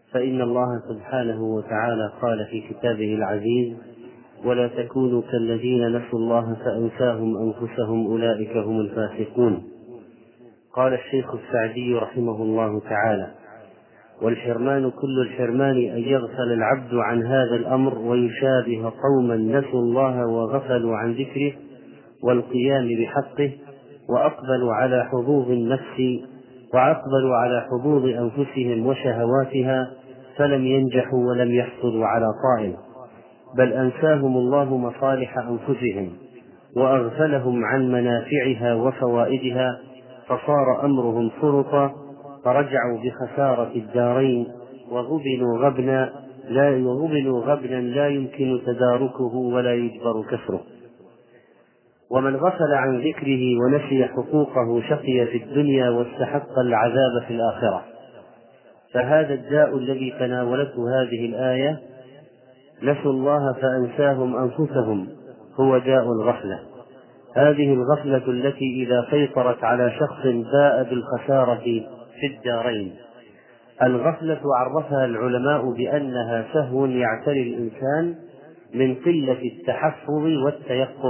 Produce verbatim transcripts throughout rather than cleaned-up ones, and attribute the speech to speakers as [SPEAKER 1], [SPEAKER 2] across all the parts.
[SPEAKER 1] فإن الله سبحانه وتعالى قال في كتابه العزيز: ولا تكونوا كالذين نسوا الله فأنساهم أنفسهم أولئك هم الفاسقون. قال الشيخ السعدي رحمه الله تعالى: والحرمان كل الحرمان أن يغفل العبد عن هذا الأمر ويشابه قوما نسوا الله وغفلوا عن ذكره والقيام بحقه وأقبلوا على حظوظ النفس وأقبلوا على حظوظ أنفسهم وشهواتها فلم ينجحوا ولم يحصلوا على طائل، بل أنساهم الله مصالح أنفسهم وأغفلهم عن منافعها وفوائدها، فصار أمرهم فرطا، فرجعوا بخسارة الدارين وغبنوا غبنا لا وغبنوا غبنا لا يمكن تداركه ولا يجبر كسره. ومن غفل عن ذكره ونسي حقوقه شقي في الدنيا واستحق العذاب في الآخرة. فهذا الداء الذي تناولته هذه الآية، نسوا الله فأنساهم أنفسهم، هو داء الغفلة. هذه الغفلة التي إذا سيطرت على شخص باء بالخسارة في الدارين. الغفلة عرفها العلماء بأنها سهو يعتري الإنسان من قلة التحفظ والتيقظ.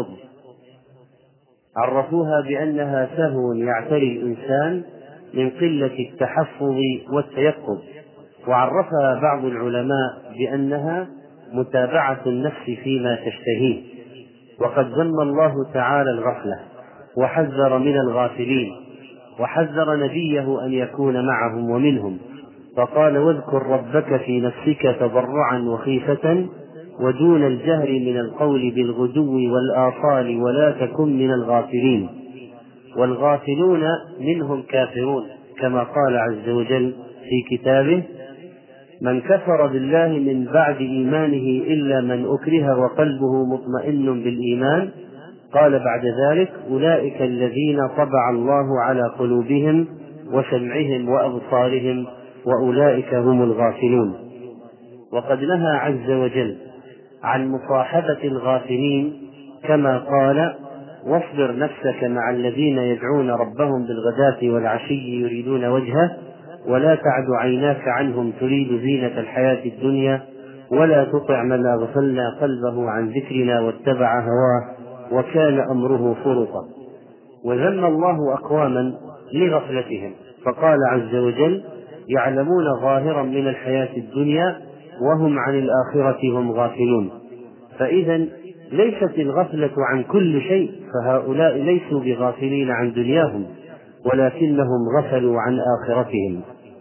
[SPEAKER 1] عرفوها بأنها سهو يعتري الإنسان من قلة التحفظ والتيقظ، وعرفها بعض العلماء بأنها متابعة النفس فيما تشتهيه. وقد ذم الله تعالى الغفلة وحذر من الغافلين، وحذر نبيه أن يكون معهم ومنهم، فقال: واذكر ربك في نفسك تضرعا وخيفة ودون الجهر من القول بالغدو والآصال ولا تكن من الغافلين. والغافلون منهم كافرون، كما قال عز وجل في كتابه: من كفر بالله من بعد إيمانه إلا من أكره وقلبه مطمئن بالإيمان، قال بعد ذلك: أولئك الذين طبع الله على قلوبهم وسمعهم وأبصارهم وأولئك هم الغافلون. وقد نهى عز وجل عن مصاحبة الغافلين، كما قال: واصبر نفسك مع الذين يدعون ربهم بالغداة والعشي يريدون وجهه ولا تعد عيناك عنهم تريد زينة الحياة الدنيا ولا تطع من أغفلنا قلبه عن ذكرنا واتبع هواه وكان أمره فرطا. وذم الله أقواما لغفلتهم، فقال عز وجل: يعلمون ظاهرا من الحياة الدنيا وهم عن الآخرة هم غافلون. فإذا ليست الغفلة عن كل شيء، فهؤلاء ليسوا بغافلين عن دنياهم ولكنهم غفلوا عن آخرتهم.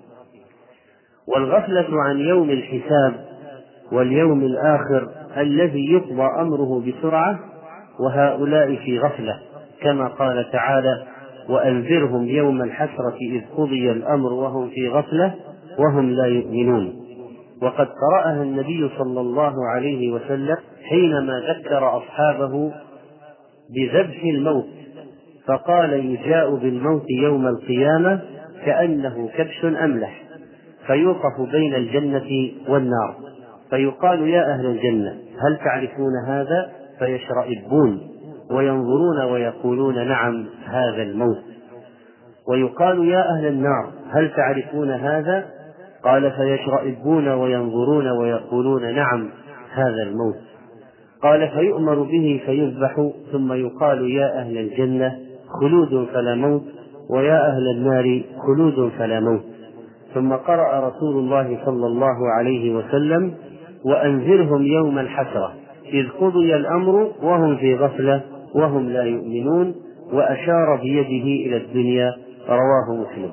[SPEAKER 1] والغفلة عن يوم الحساب واليوم الآخر الذي يقضى أمره بسرعة، وهؤلاء في غفلة، كما قال تعالى: وأنذرهم يوم الحسرة إذ قضي الأمر وهم في غفلة وهم لا يؤمنون. وقد قرأها النبي صلى الله عليه وسلم حينما ذكر أصحابه بذبح الموت، فقال: يجاء بالموت يوم القيامة كأنه كبش أملح، فيوقف بين الجنة والنار، فيقال: يا أهل الجنة هل تعرفون هذا؟ فيشرئبون وينظرون ويقولون: نعم هذا الموت. ويقال: يا أهل النار هل تعرفون هذا؟ قال: فيشرئبون وينظرون ويقولون: نعم هذا الموت. قال: فيؤمر به فيذبح، ثم يقال: يا أهل الجنة خلود فلا موت، ويا أهل النار خلود فلا موت. ثم قرأ رسول الله صلى الله عليه وسلم: وأنذرهم يوم الحسرة إذ قضي الأمر وهم في غفلة وهم لا يؤمنون، وأشار بيده إلى الدنيا. رواه مسلم.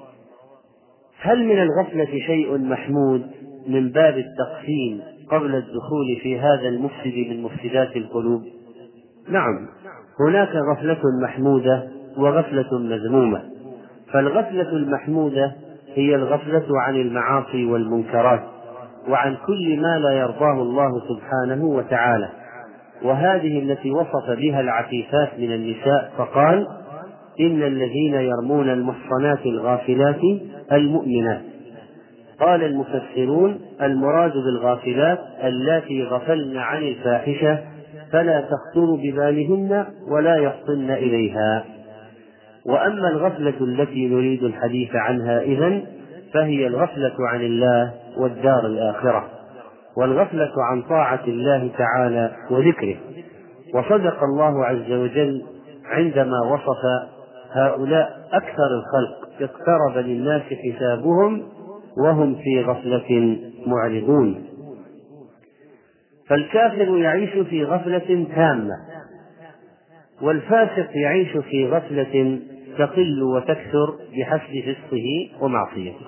[SPEAKER 1] هل من الغفلة شيء محمود من باب التقسيم قبل الدخول في هذا المفسد من مفسدات القلوب؟ نعم، هناك غفلة محمودة وغفلة مذمومة. فالغفلة المحمودة هي الغفلة عن المعاصي والمنكرات وعن كل ما لا يرضاه الله سبحانه وتعالى، وهذه التي وصف بها العفيفات من النساء، فقال: إن الذين يرمون المحصنات الغافلات المؤمنات. قال المفسرون: المراد بالغافلات اللاتي غفلن عن الفاحشة فلا تخطر ببالهن ولا يفطن إليها. وأما الغفلة التي نريد الحديث عنها إذن فهي الغفلة عن الله والدار الآخرة، والغفلة عن طاعة الله تعالى وذكره. وصدق الله عز وجل عندما وصف هؤلاء أكثر الخلق: اقترب للناس حسابهم وهم في غفلة معرضون. فالكافر يعيش في غفلة تامة، والفاسق يعيش في غفلة تقل وتكثر بحسب فسقه ومعصيته.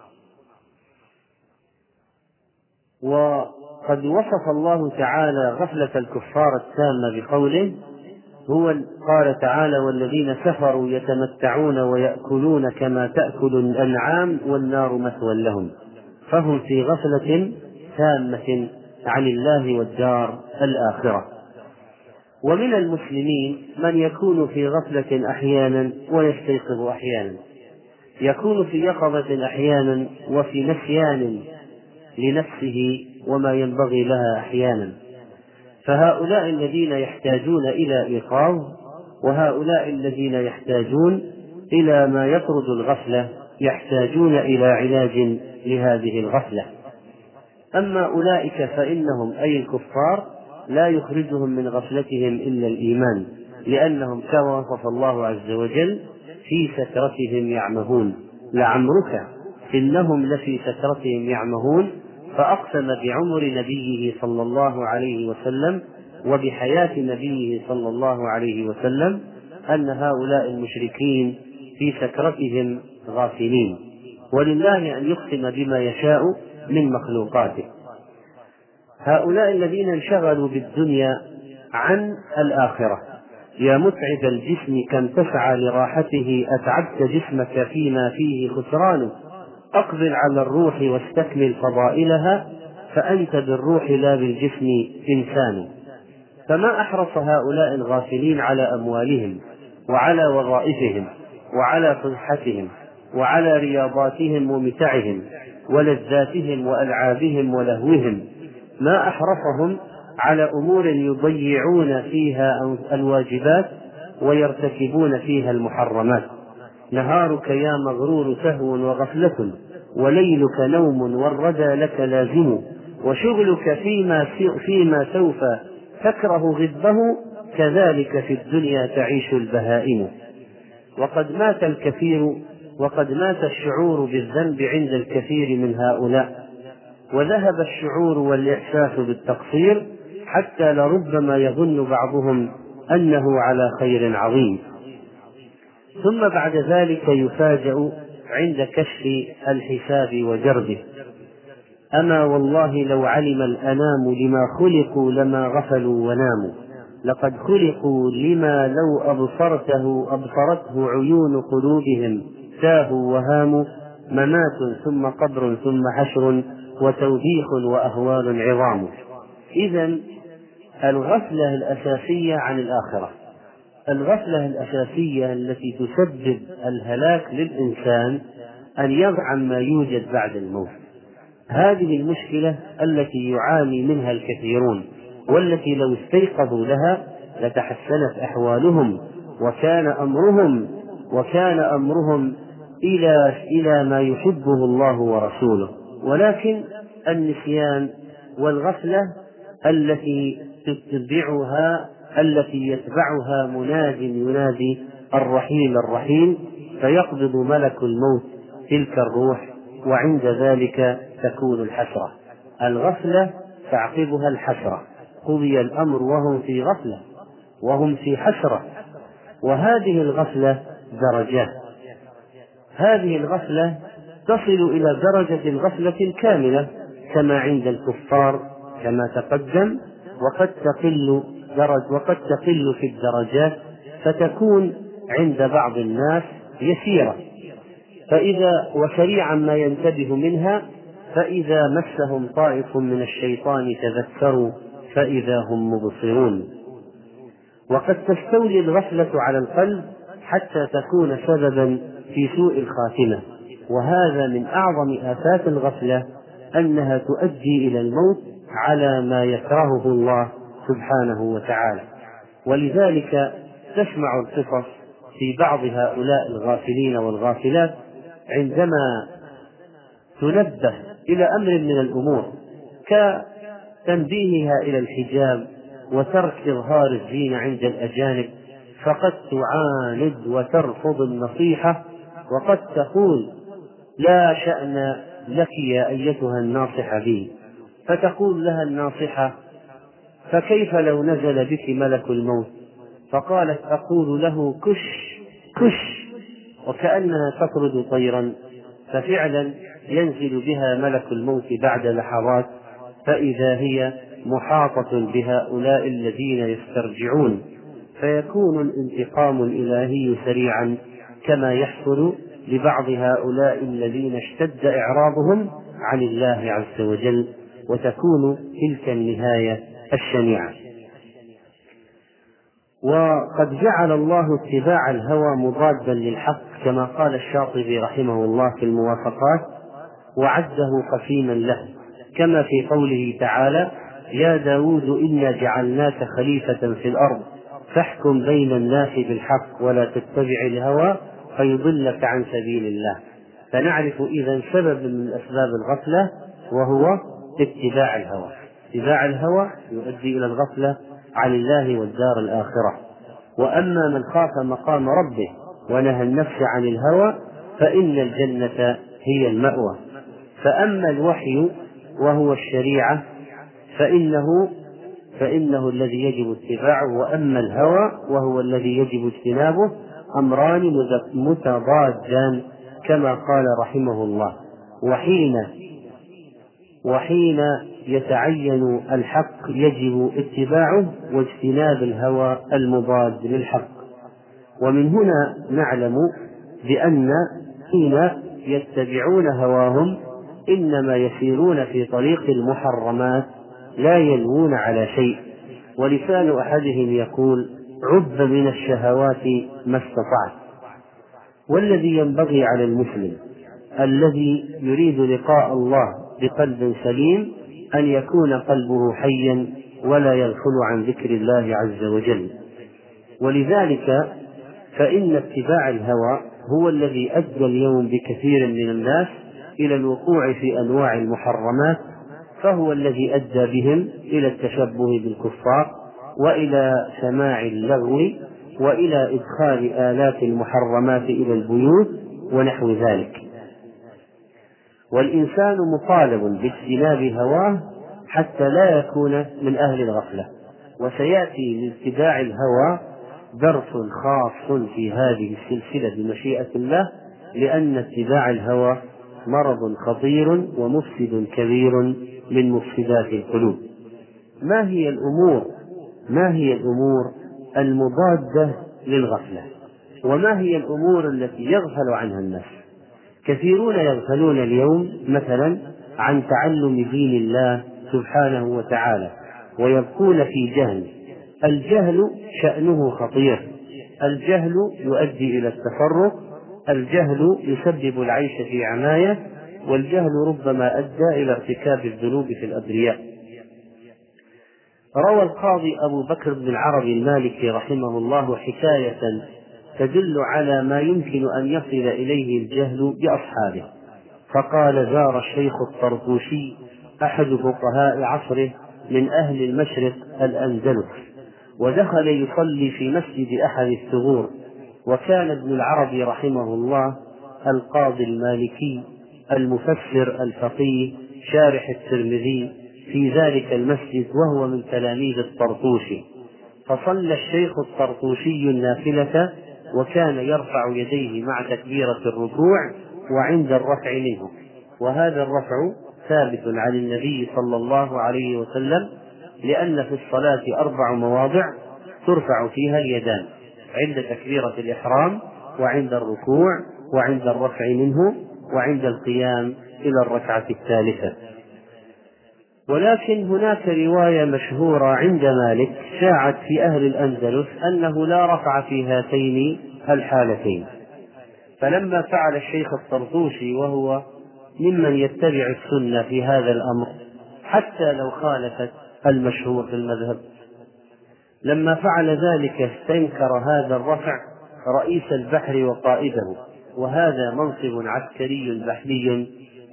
[SPEAKER 1] وقد وصف الله تعالى غفلة الكفار التامة بقوله: هو قال تعالى: والذين كفروا يتمتعون ويأكلون كما تأكل الأنعام والنار مثوى لهم. فهم في غفلة تامة عن الله والدار الآخرة. ومن المسلمين من يكون في غفلة أحيانا ويستيقظ أحيانا، يكون في يقظة أحيانا وفي نسيان لنفسه وما ينبغي لها أحيانا. فهؤلاء الذين يحتاجون إلى إيقاظ، وهؤلاء الذين يحتاجون إلى ما يطرد الغفلة يحتاجون إلى علاج لهذه الغفلة. أما أولئك فإنهم أي الكفار لا يخرجهم من غفلتهم إلا الإيمان، لأنهم كما وصف الله عز وجل: في سكرتهم يعمهون. لعمرك إنهم لفي سكرتهم يعمهون. فأقسم بعمر نبيه صلى الله عليه وسلم وبحياة نبيه صلى الله عليه وسلم أن هؤلاء المشركين في سكرتهم غافلين، ولله أن يقسم بما يشاء من مخلوقاته. هؤلاء الذين انشغلوا بالدنيا عن الآخرة: يا متعب الجسم كم تسعى لراحته، أتعبت جسمك فيما فيه خسران، أقبل على الروح واستكمل فضائلها، فأنت بالروح لا بالجسم إنسان. فما أحرص هؤلاء الغافلين على أموالهم وعلى وظائفهم وعلى صحتهم وعلى رياضاتهم ومتعهم ولذاتهم وألعابهم ولهوهم، ما أحرصهم على أمور يضيعون فيها الواجبات ويرتكبون فيها المحرمات. نهارك يا مغرور سهو وغفلة، وليلك نوم والردى لك لازم، وشغلك فيما, فيما سوف تكره غبه، كذلك في الدنيا تعيش البهائم. وقد مات الكثير وقد مات الشعور بالذنب عند الكثير من هؤلاء، وذهب الشعور والإحساس بالتقصير، حتى لربما يظن بعضهم أنه على خير عظيم. ثم بعد ذلك يفاجأ عند كشف الحساب وجرده: أما والله لو علم الأنام لما خلقوا لما غفلوا وناموا، لقد خلقوا لما لو أبصرته أبصرته عيون قلوبهم تاهوا وهاموا، ممات ثم قبر ثم حشر وتوبيخ وأهوال عظام. إذن الغفلة الأساسية عن الآخرة، الغفلة الأساسية التي تسبب الهلاك للإنسان أن يزعم ما يوجد بعد الموت. هذه المشكلة التي يعاني منها الكثيرون، والتي لو استيقظوا لها لتحسنت أحوالهم وكان أمرهم وكان أمرهم إلى إلى ما يحبه الله ورسوله. ولكن النسيان والغفلة التي تتبعها التي يتبعها مناد ينادي: الرحيل الرحيل، فيقبض ملك الموت تلك الروح، وعند ذلك تكون الحسرة. الغفلة تعقبها الحسرة، قضي الأمر وهم في غفلة وهم في حسرة. وهذه الغفلة درجات، هذه الغفلة تصل إلى درجة الغفلة الكاملة كما عند الكفار كما تقدم، وقد تقل درج وقد تقل في الدرجات فتكون عند بعض الناس يسيرة، فإذا وسريعا ما ينتبه منها، فإذا مسهم طائف من الشيطان تذكروا فإذا هم مبصرون. وقد تستولي الغفلة على القلب حتى تكون سببا في سوء الخاتمة، وهذا من أعظم آفات الغفلة، أنها تؤدي إلى الموت على ما يكرهه الله سبحانه وتعالى. ولذلك تسمع القصص في بعض هؤلاء الغافلين والغافلات عندما تنبه إلى أمر من الأمور كتنبيهها إلى الحجاب وترك إظهار الزينة عند الأجانب، فقد تعاند وترفض النصيحة، وقد تقول لا شأن لك يا أيتها الناصحة بي، فتقول لها الناصحة فكيف لو نزل بك ملك الموت؟ فقالت أقول له كش كش، وكأنها تطرد طيرا، ففعلا ينزل بها ملك الموت بعد لحظات، فإذا هي محاطة بهؤلاء الذين يسترجعون، فيكون الانتقام الإلهي سريعا كما يحصل لبعض هؤلاء الذين اشتد إعراضهم عن الله عز وجل، وتكون تلك النهاية الشنيعة. وقد جعل الله اتباع الهوى مضادا للحق كما قال الشاطبي رحمه الله في الموافقات، وعده قسيما له، كما في قوله تعالى يا داود إنا جعلناك خليفة في الأرض فاحكم بين الناس بالحق ولا تتبع الهوى فيضلك عن سبيل الله. فنعرف إذن سبب من أسباب الغفلة وهو اتباع الهوى. اتباع الهوى يؤدي إلى الغفلة عن الله والدار الآخرة. وأما من خاف مقام ربه ونهى النفس عن الهوى فإن الجنة هي المأوى. فأما الوحي وهو الشريعة فإنه فإنه الذي يجب اتباعه، وأما الهوى وهو الذي يجب اجتنابه، أمران متضادان كما قال رحمه الله. وحين وحين يتعين الحق يجب اتباعه واجتناب الهوى المضاد للحق. ومن هنا نعلم بأن حين يتبعون هواهم إنما يسيرون في طريق المحرمات لا يلوون على شيء. ولسان أحدهم يقول عب من الشهوات ما استطعت. والذي ينبغي على المسلم الذي يريد لقاء الله بقلب سليم أن يكون قلبه حيا ولا يغفل عن ذكر الله عز وجل. ولذلك فإن اتباع الهوى هو الذي أدى اليوم بكثير من الناس إلى الوقوع في أنواع المحرمات، فهو الذي أدى بهم إلى التشبه بالكفار وإلى سماع اللغو وإلى إدخال آلات المحرمات إلى البيوت ونحو ذلك. والإنسان مطالب باجتناب هواه حتى لا يكون من أهل الغفلة. وسيأتي لاتباع الهوى درس خاص في هذه السلسلة بمشيئة الله، لأن اتباع الهوى مرض خطير ومفسد كبير من مفسدات القلوب. ما هي الأمور ما هي الأمور المضادة للغفلة؟ وما هي الأمور التي يغفل عنها الناس؟ كثيرون يغفلون اليوم مثلا عن تعلم دين الله سبحانه وتعالى ويبقون في جهل. الجهل شأنه خطير، الجهل يؤدي إلى التفرق، الجهل يسبب العيش في عماية، والجهل ربما أدى إلى ارتكاب الذنوب في الأبرياء. روى القاضي أبو بكر بن العربي المالكي رحمه الله حكاية تدل على ما يمكن أن يصل إليه الجهل بأصحابه. فقال زار الشيخ الطرطوشي أحد فقهاء عصره من أهل المشرق الأندلس، ودخل يصلي في مسجد أحد الثغور، وكان ابن العربي رحمه الله القاضي المالكي المفسر الفقيه شارح الترمذي في ذلك المسجد، وهو من تلاميذ الطرطوشي. فصلى الشيخ الطرطوشي النافلة وكان يرفع يديه مع تكبيرة الركوع وعند الرفع منه، وهذا الرفع ثابت عن النبي صلى الله عليه وسلم، لأن في الصلاة أربع مواضع ترفع فيها اليدان: عند تكبيرة الإحرام، وعند الركوع، وعند الرفع منه، وعند القيام إلى الركعة الثالثة. ولكن هناك رواية مشهورة عند مالك شاعت في أهل الأندلس أنه لا رفع في هاتين الحالتين. فلما فعل الشيخ الطرطوشي وهو ممن يتبع السنة في هذا الأمر حتى لو خالفت المشهور في المذهب، لما فعل ذلك استنكر هذا الرفع رئيس البحر وقائده، وهذا منصب عسكري بحري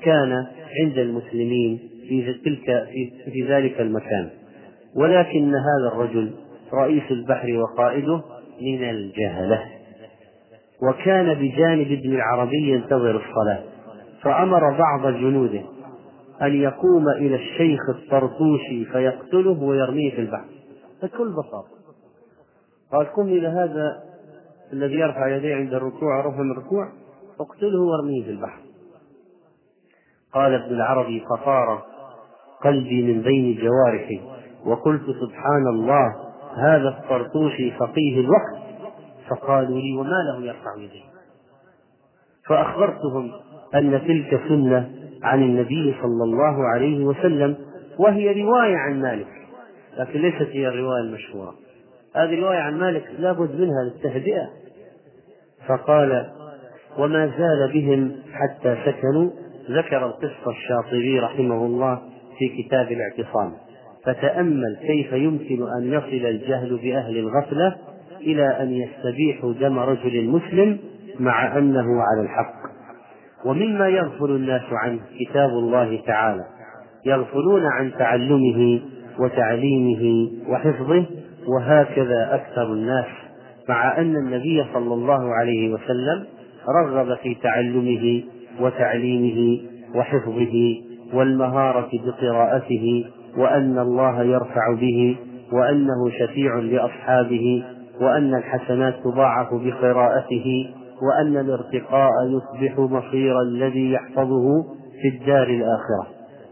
[SPEAKER 1] كان عند المسلمين في تلك في, في ذلك المكان، ولكن هذا الرجل رئيس البحر وقائده من الجهلة، وكان بجانب ابن العربي ينتظر الصلاة، فأمر بعض جنوده أن يقوم إلى الشيخ الطرطوشي فيقتله ويرميه في البحر بكل بساطة. قال قم إلى هذا الذي يرفع يديه عند الركوع رفع من الركوع اقتله وارميه في البحر. قال ابن العربي فطار قلبي من بين جوارحي وقلت سبحان الله هذا الطرطوشي فقيه الوقت. فقالوا لي وما له يرفع يديه؟ فأخبرتهم أن تلك سنة عن النبي صلى الله عليه وسلم، وهي رواية عن مالك، لكن ليست هي الرواية المشهورة. هذه رواية عن مالك لا بد منها للتهدئة. فقال وما زال بهم حتى سكنوا. ذكر القصة الشاطبي رحمه الله في كتاب الاعتصام. فتأمل كيف يمكن أن يصل الجهل بأهل الغفلة إلى أن يستبيحوا دم رجل مسلم مع أنه على الحق. ومما يغفل الناس عنه كتاب الله تعالى، يغفلون عن تعلمه وتعليمه وحفظه، وهكذا أكثر الناس، مع أن النبي صلى الله عليه وسلم رغب في تعلمه وتعليمه وحفظه والمهارة بقراءته، وأن الله يرفع به، وأنه شفيع لأصحابه، وأن الحسنات تضاعف بقراءته، وأن الارتقاء يصبح مصير الذي يحفظه في الدار الآخرة.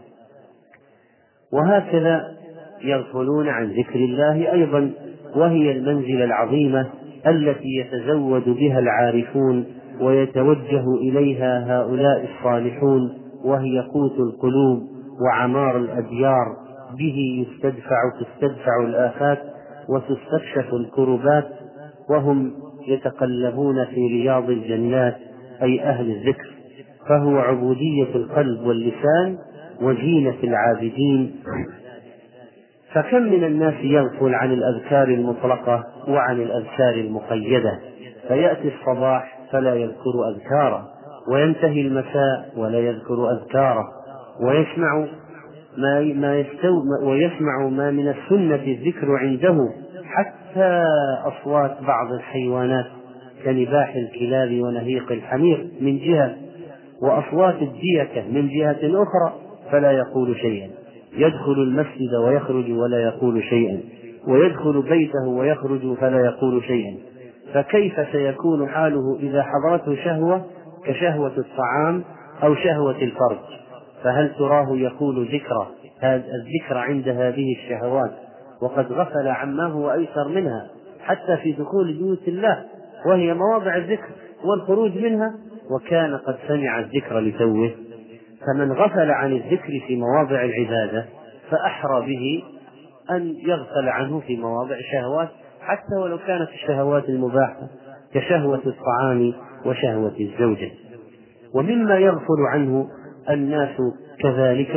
[SPEAKER 1] وهكذا يغفلون عن ذكر الله أيضا، وهي المنزلة العظيمة التي يتزود بها العارفون ويتوجه إليها هؤلاء الصالحون، وهي قوت القلوب وعمار الأديار، به يستدفع تستدفع الآفات وتستكشف الكربات، وهم يتقلبون في رياض الجنات أي أهل الذكر. فهو عبودية القلب واللسان وزينة العابدين. فكم من الناس يغفل عن الأذكار المطلقة وعن الأذكار المقيدة، فيأتي الصباح فلا يذكر أذكاره، وينتهي المساء ولا يذكر أذكاره، ويسمع ما ما يستو ويسمع ما من السنة الذكر عنده، حتى أصوات بعض الحيوانات كنباح الكلاب ونهيق الحمير من جهة، وأصوات الديكة من جهة أخرى، فلا يقول شيئا. يدخل المسجد ويخرج ولا يقول شيئا، ويدخل بيته ويخرج فلا يقول شيئا. فكيف سيكون حاله إذا حضرته شهوة كشهوة الطعام أو شهوة الفرج؟ فهل تراه يقول ذكر هذا الذكر عند هذه الشهوات وقد غفل عما هو أيسر منها، حتى في دخول بيوت الله وهي مواضع الذكر والخروج منها، وكان قد سمع الذكر لتوه؟ فمن غفل عن الذكر في مواضع العبادة فأحرى به أن يغفل عنه في مواضع شهوات، حتى ولو كانت الشهوات المباحة كشهوة الطعام وشهوة الزوجة. ومما يغفل عنه الناس كذلك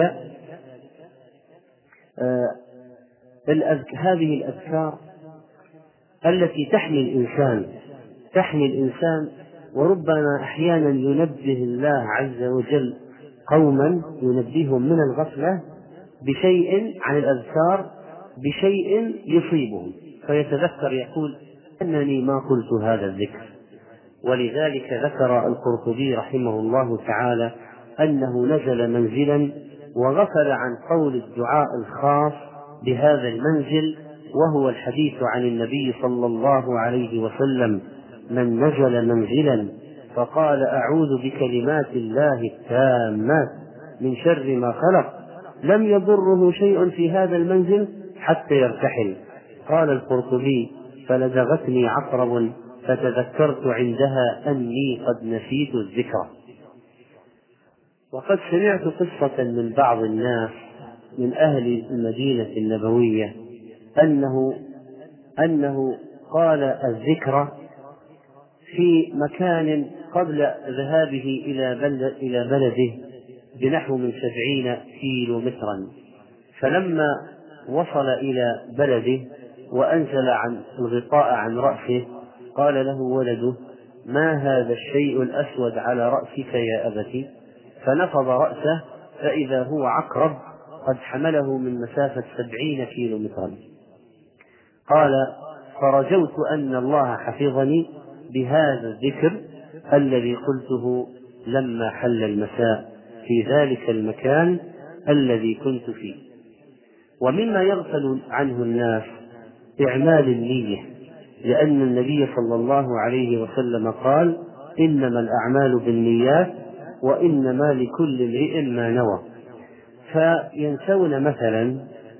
[SPEAKER 1] آه هذه الأذكار التي تحمي الإنسان تحمي الإنسان وربما أحيانا ينبه الله عز وجل قوما ينبههم من الغفلة بشيء عن الأذكار، بشيء يصيبهم فيتذكر يقول أنني ما قلت هذا الذكر. ولذلك ذكر القرطبي رحمه الله تعالى أنه نزل منزلا وغفل عن قول الدعاء الخاص بهذا المنزل، وهو الحديث عن النبي صلى الله عليه وسلم: من نزل منزلا فقال أعوذ بكلمات الله التامات من شر ما خلق لم يضره شيء في هذا المنزل حتى يرتحل. قال القرطبي: فلدغتني عقرب فتذكرت عندها أني قد نسيت الذكر. وقد سمعت قصة من بعض الناس من أهل المدينة النبوية أنه أنه قال الذكر في مكان قبل ذهابه إلى بلده بنحو من سبعين كيلو مترا، فلما وصل إلى بلده وأنزل عن الغطاء عن رأسه قال له ولده: ما هذا الشيء الأسود على رأسك يا أبتي؟ فنفض رأسه فإذا هو عقرب قد حمله من مسافة سبعين كيلو مترا. قال: فرجوت أن الله حفظني بهذا الذكر الذي قلته لما حل المساء في ذلك المكان الذي كنت فيه. ومما يغفل عنه الناس إعمال النية، لأن النبي صلى الله عليه وسلم قال: إنما الأعمال بالنيات وإنما لكل امرئ ما نوى. فينسون مثلا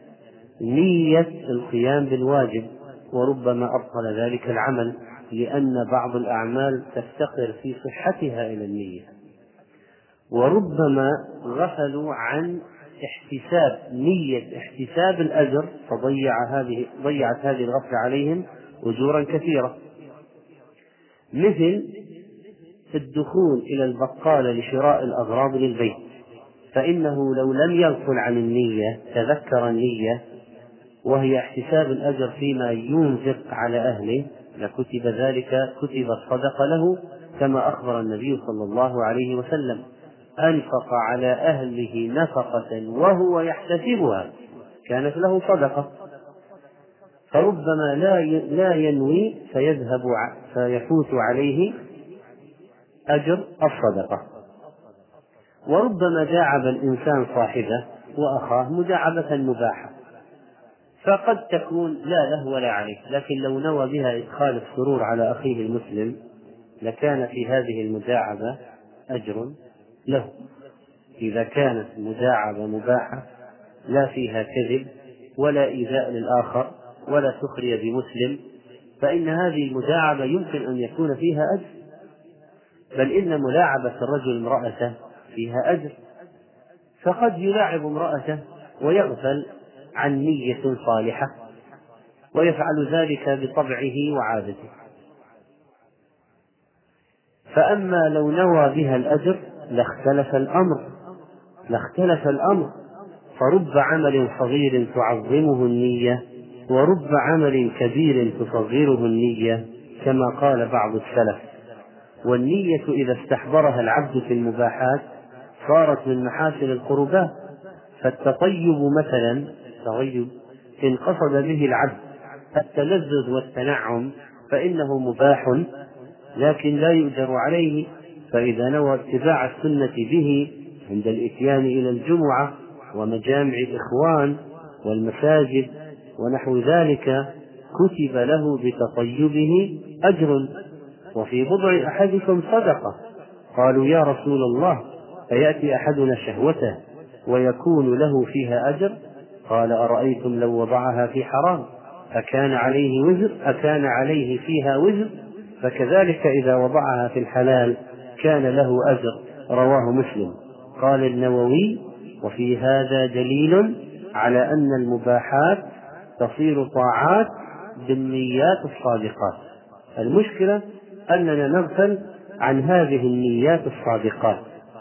[SPEAKER 1] نية القيام بالواجب، وربما أبطل ذلك العمل، لأن بعض الأعمال تفتقر في صحتها إلى النية. وربما غفلوا عن احتساب نية احتساب الأجر، فضيع هذه ضيعت هذه الغفلة عليهم أجورا كثيرة، مثل الدخول إلى البقالة لشراء الأغراض للبيت، فإنه لو لم يغفل عن النية تذكر النية وهي احتساب الأجر فيما ينفق على أهله لكتب ذلك، كتب الصدقة له، كما أخبر النبي صلى الله عليه وسلم: أنفق على أهله نفقة وهو يحتسبها كانت له صدقة. فربما لا لا ينوي فيذهب فيفوت عليه أجر الصدقة. وربما داعب الإنسان صاحبه وأخاه مداعبة مباحة، فقد تكون لا له ولا عليه، لكن لو نوى بها إدخال السرور على أخيه المسلم لكان في هذه المداعبة أجر له. إذا كانت مداعبة مباحة لا فيها كذب ولا إيذاء للآخر ولا سخرية بمسلم، فإن هذه المداعبة يمكن أن يكون فيها أجر، بل إن ملاعبة الرجل امرأته فيها أجر، فقد يلاعب امرأته ويغفل عن نية صالحة ويفعل ذلك بطبعه وعادته. فأما لو نوى بها الأجر لاختلف الأمر لاختلف الأمر فرب عمل صغير تعظمه النية ورب عمل كبير تصغره النية، كما قال بعض السلف: والنية إذا استحضرها العبد في المباحات صارت من محاسن القربات. فالتطيب مثلا التطيب إن قصد به العبد التلذذ والتنعم فإنه مباح لكن لا يؤجر عليه، فإذا نوى اتباع السنة به عند الإتيان إلى الجمعة ومجامع الإخوان والمساجد ونحو ذلك كتب له بتطيبه أجر. وفي بضع أحدكم صدقة. قالوا: يا رسول الله، فيأتي أحدنا شهوته ويكون له فيها أجر؟ قال: أرأيتم لو وضعها في حرام أكان عليه وزر أكان عليه فيها وزر؟ فكذلك إذا وضعها في الحلال كان له أجر. رواه مسلم. قال النووي: وفي هذا دليل على أن المباحات تصير طاعات بالنيات الصادقات. المشكلة أننا نغفل عن هذه النيات الصادقات.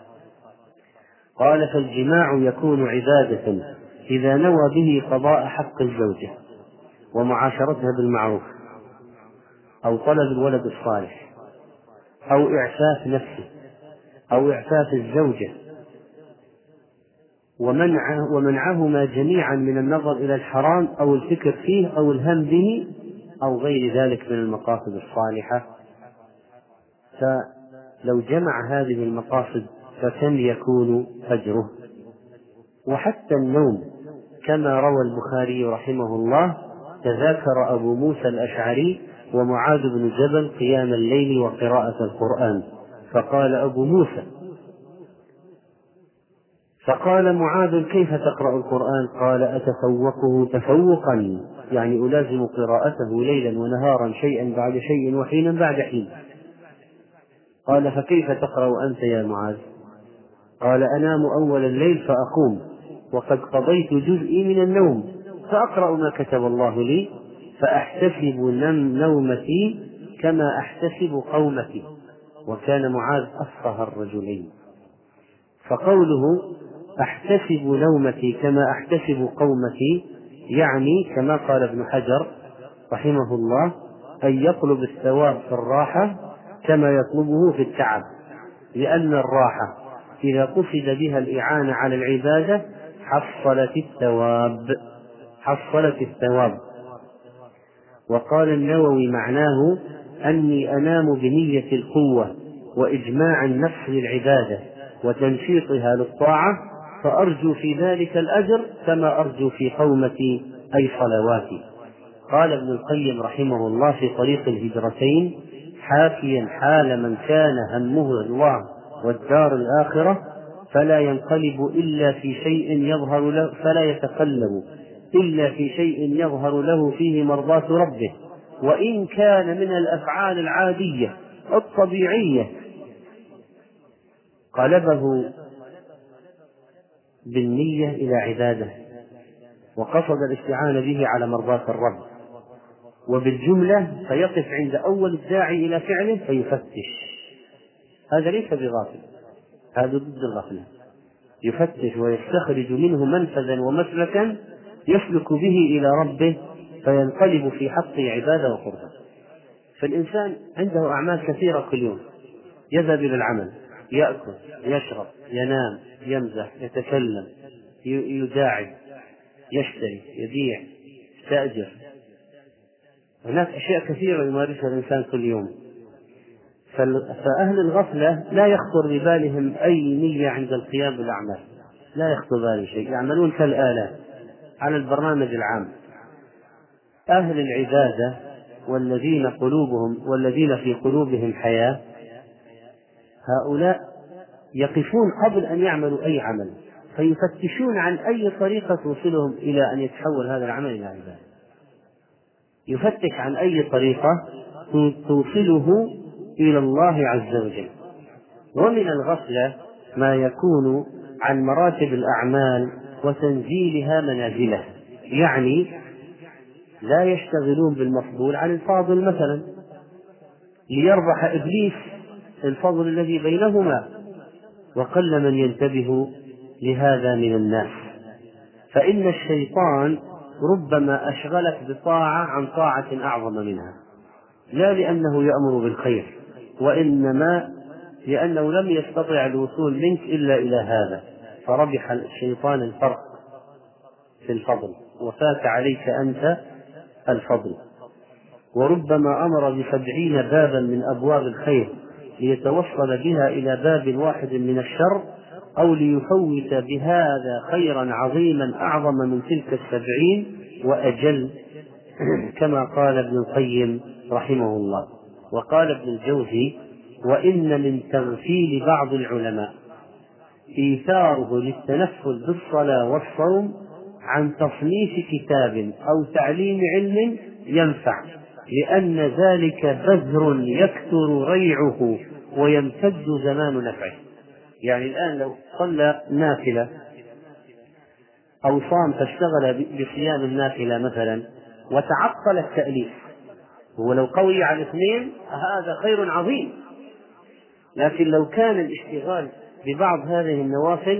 [SPEAKER 1] قال: فالجماع يكون عبادة إذا نوى به قضاء حق الزوجة ومعاشرتها بالمعروف، أو طلب الولد الصالح، أو إعفاف نفسه، أو إعفاف الزوجة، ومنعه ومنعهما جميعا من النظر إلى الحرام أو الفكر فيه أو الهم به أو غير ذلك من المقاصد الصالحة. فلو جمع هذه المقاصد فكم يكون أجره؟ وحتى النوم، كما روى البخاري رحمه الله: تذاكر أبو موسى الأشعري ومعاذ بن جبل قيام الليل وقراءة القرآن، فقال أبو موسى فقال معاذ: كيف تقرأ القرآن؟ قال: أتفوقه تفوقا، يعني ألازم قراءته ليلا ونهارا شيئا بعد شيء وحينا بعد حين. قال: فكيف تقرأ أنت يا معاذ؟ قال: أنام أول الليل فأقوم وقد قضيت جزئي من النوم فأقرأ ما كتب الله لي فأحتسب نومتي كما أحتسب قومتي. وكان معاذ أفقه الرجلين. فقوله أحتسب نومتي كما أحتسب قومتي يعني كما قال ابن حجر رحمه الله أن يطلب الثواب في الراحة كما يطلبه في التعب، لأن الراحة إذا قصد بها الإعانة على العبادة حصلت الثواب حصلت الثواب وقال النووي معناه أني أنام بنية القوة وإجماع النفس للعبادة وتنشيطها للطاعة، فأرجو في ذلك الأجر كما أرجو في قومتي أي صلواتي. قال ابن القيم رحمه الله في طريق الهجرتين حاكيا حال من كان همه الله والدار الآخرة فلا ينقلب إلا في شيء يظهر له فلا يتقلب إلا في شيء يظهر له فيه مرضاة ربه، وإن كان من الأفعال العادية الطبيعية قلبه بالنية إلى عبادة وقصد الاستعانة به على مرضاة الرب، وبالجملة فيقف عند أول الداعي إلى فعله فيفتش. هذا ليس بغافل، هذا ضد الغفلة، يفتش ويستخرج منه منفذا ومسلكا يسلك به إلى ربه فينقلب في حقه عبادة وقربة. فالإنسان عنده أعمال كثيرة كل يوم، يذهب إلى العمل، يأكل، يشرب، ينام، يمزح، يتكلم، يداعب، يشتري، يبيع، يستأجر. هناك أشياء كثيرة يمارسها الإنسان كل يوم. فأهل الغفلة لا يخطر ببالهم أي نية عند القيام بالأعمال، لا يخطر بالهم شيء، يعملون كالآلات على البرنامج العام. أهل العبادة والذين قلوبهم والذين في قلوبهم حياة هؤلاء يقفون قبل أن يعملوا أي عمل فيفتشون عن أي طريقة توصلهم إلى أن يتحول هذا العمل إلى عبادة، يفتش عن أي طريقة توصله إلى الله عز وجل. ومن الغفلة ما يكون عن مراتب الأعمال وتنزيلها منازله، يعني لا يشتغلون بالمفضول عن الفاضل، مثلا ليربح إبليس الفضل الذي بينهما، وقل من ينتبه لهذا من الناس. فإن الشيطان ربما أشغلك بطاعة عن طاعة أعظم منها، لا لأنه يأمر بالخير، وإنما لأنه لم يستطع الوصول منك إلا إلى هذا، فربح الشيطان الفرق في الفضل وفات عليك أنت الفضل. وربما أمر بسبعين بابا من أبواب الخير ليتوصل بها إلى باب واحد من الشر، أو ليفوت بهذا خيرا عظيما أعظم من تلك السبعين وأجل، كما قال ابن القيم رحمه الله. وقال ابن الجوزي: وإن من تغفيل بعض العلماء إيثاره للتنفل بالصلاة والصوم عن تصنيف كتاب أو تعليم علم ينفع، لأن ذلك بذر يكثر ريعه ويمتد زمان نفعه. يعني الآن لو صلى نافلة أو صام فاشتغل بصيام النافلة مثلا وتعطل التأليف، هو لو قوي على الاثنين هذا خير عظيم، لكن لو كان الاشتغال ببعض هذه النوافل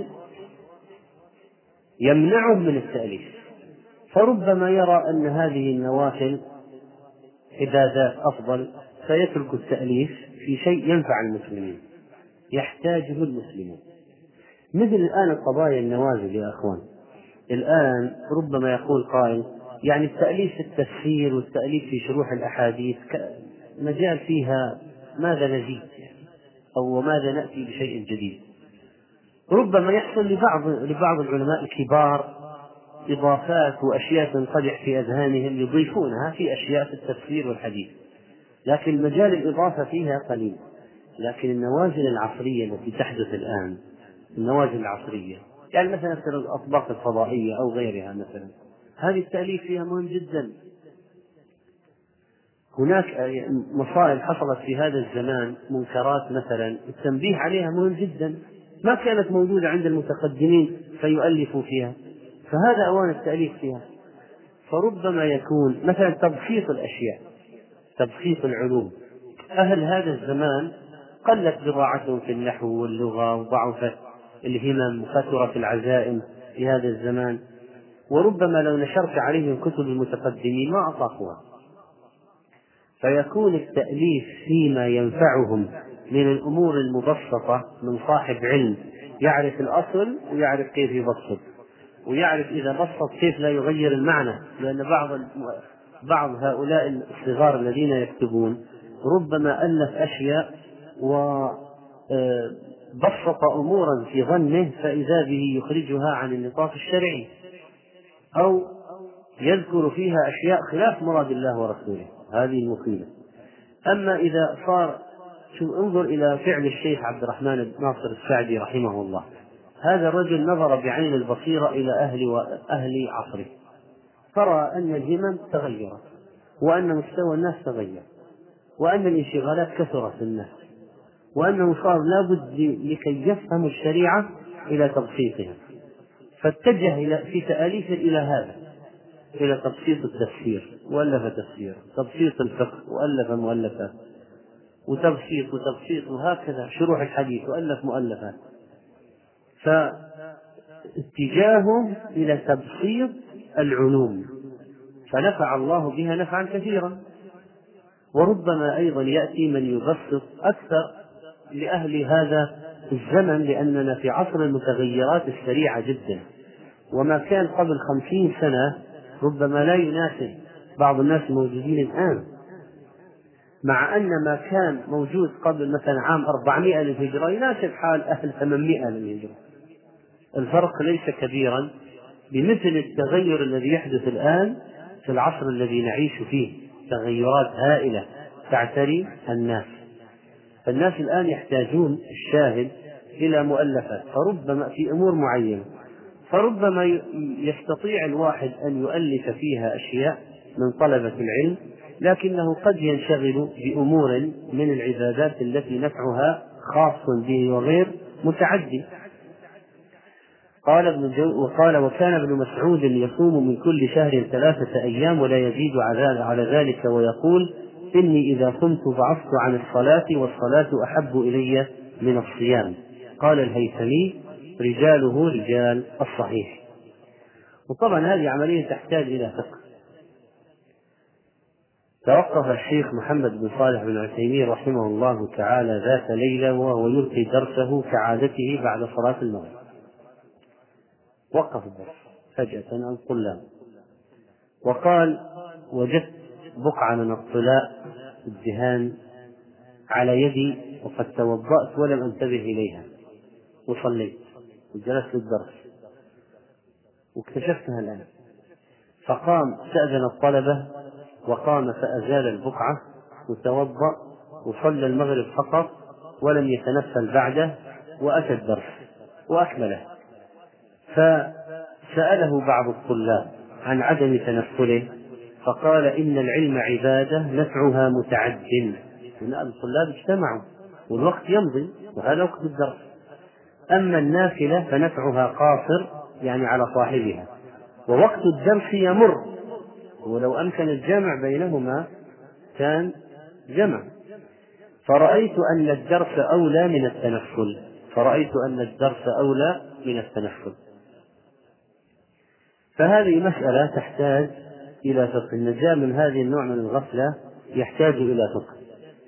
[SPEAKER 1] يمنعه من التأليف، فربما يرى أن هذه النوافل عبادات أفضل فيترك التأليف في شيء ينفع المسلمين يحتاجه المسلمون. مثل الآن القضايا النوازل يا أخوان، الآن ربما يقول قائل يعني التأليف في التفسير والتأليف في شروح الأحاديث مجال فيها ماذا نزيد أو ماذا نأتي بشيء جديد. ربما يحصل لبعض لبعض العلماء الكبار إضافات وأشياء تنقدح في أذهانهم يضيفونها في أشياء في التفسير والحديث، لكن مجال الإضافة فيها قليل. لكن النوازل العصرية التي تحدث الآن، النوازل العصرية يعني مثلا الأطباق الفضائية أو غيرها مثلا، هذه التأليف فيها مهم جدا. هناك مصائب حصلت في هذا الزمان، منكرات مثلا، التنبيه عليها مهم جدا، ما كانت موجودة عند المتقدمين فيؤلفوا فيها، فهذا أوان التأليف فيها. فربما يكون مثلا تبسيط الأشياء، تبسيط العلوم. أهل هذا الزمان قلت بضاعتهم في النحو واللغة وضعفت الهمم وفترت العزائم في هذا الزمان، وربما لو نشرت عليهم كتب المتقدمين ما أطاقوها. فيكون التأليف فيما ينفعهم من الأمور المبسطة من صاحب علم يعرف الأصل ويعرف كيف يبسط، ويعرف إذا بسط كيف لا يغير المعنى، لأن بعض بعض هؤلاء الصغار الذين يكتبون ربما ألف أشياء وبسط أمورا في ظنه فإذا به يخرجها عن النطاق الشرعي، أو يذكر فيها أشياء خلاف مراد الله ورسوله، هذه المصيبة. أما إذا صار، شو انظر إلى فعل الشيخ عبد الرحمن بن ناصر السعدي رحمه الله، هذا الرجل نظر بعين البصيرة إلى أهل وأهل عصره، فرأى أن الهمم تغيرت، وأن مستوى الناس تغير، وأن الانشغالات كثرت في الناس، وأنه صار لابد لكي يفهموا الشريعة إلى تبسيطها، فاتجه في تأليف إلى هذا، إلى تبسيط التفسير، وألف تفسير، تبسيط الفقه وألف مؤلفات، وتبسيط وتبسيط، وهكذا شروح الحديث وألف مؤلفات. فاتجاههم إلى تبسيط العلوم، فنفع الله بها نفعا كثيرا. وربما أيضا يأتي من يبسط أكثر لأهل هذا الزمن، لأننا في عصر المتغيرات السريعة جدا، وما كان قبل خمسين سنة ربما لا يناسب بعض الناس الموجودين الآن، مع أن ما كان موجود قبل مثلا عام أربعمائة للهجرة يناسب حال أهل ثمانمائة للهجرة. الفرق ليس كبيرا بمثل التغير الذي يحدث الآن في العصر الذي نعيش فيه، تغيرات هائلة تعتري الناس. فالناس الآن يحتاجون الشاهد إلى مؤلفات، فربما في أمور معينة، فربما يستطيع الواحد أن يؤلف فيها أشياء من طلبة العلم، لكنه قد ينشغل بأمور من العبادات التي نفعها خاص به وغير متعدي. قال ابن جو وقال وكان ابن مسعود يصوم من كل شهر ثلاثة أيام ولا يزيد على ذلك، ويقول إني إذا صمت بعثت عن الصلاة والصلاة أحب إلي من الصيام. قال الهيثمي رجاله رجال الصحيح. وطبعا هذه عملية تحتاج إلى فقه. توقف الشيخ محمد بن صالح بن عثيمين رحمه الله تعالى ذات ليلة وهو يلقي درسه كعادته بعد صلاة المغرب، وقف الدرس فجأة عن الطلاب وقال وجدت بقعة من الطلاء الدهان على يدي وقد توضأت ولم أنتبه إليها وصليت وجلست للدرس واكتشفتها الآن. فقام استأذن الطلبة وقام فأزال البقعة وتوضأ وصلى المغرب فقط ولم يتنفل بعده وأتى الدرس وأكمله. فسأله بعض الطلاب عن عدم تنفله فقال إن العلم عبادة نفعها متعد. الطلاب اجتمعوا والوقت يمضي وهذا وقت الدرس، أما النافلة فنفعها قاصر يعني على صاحبها، ووقت الدرس يمر، ولو أمكن الجمع بينهما كان جمع. فرأيت أن الدرس أولى من التنفل فرأيت أن الدرس أولى من التنفل فهذه مسألة تحتاج إلى فقه. النجاة من هذه النوع من الغفلة يحتاج إلى فقه.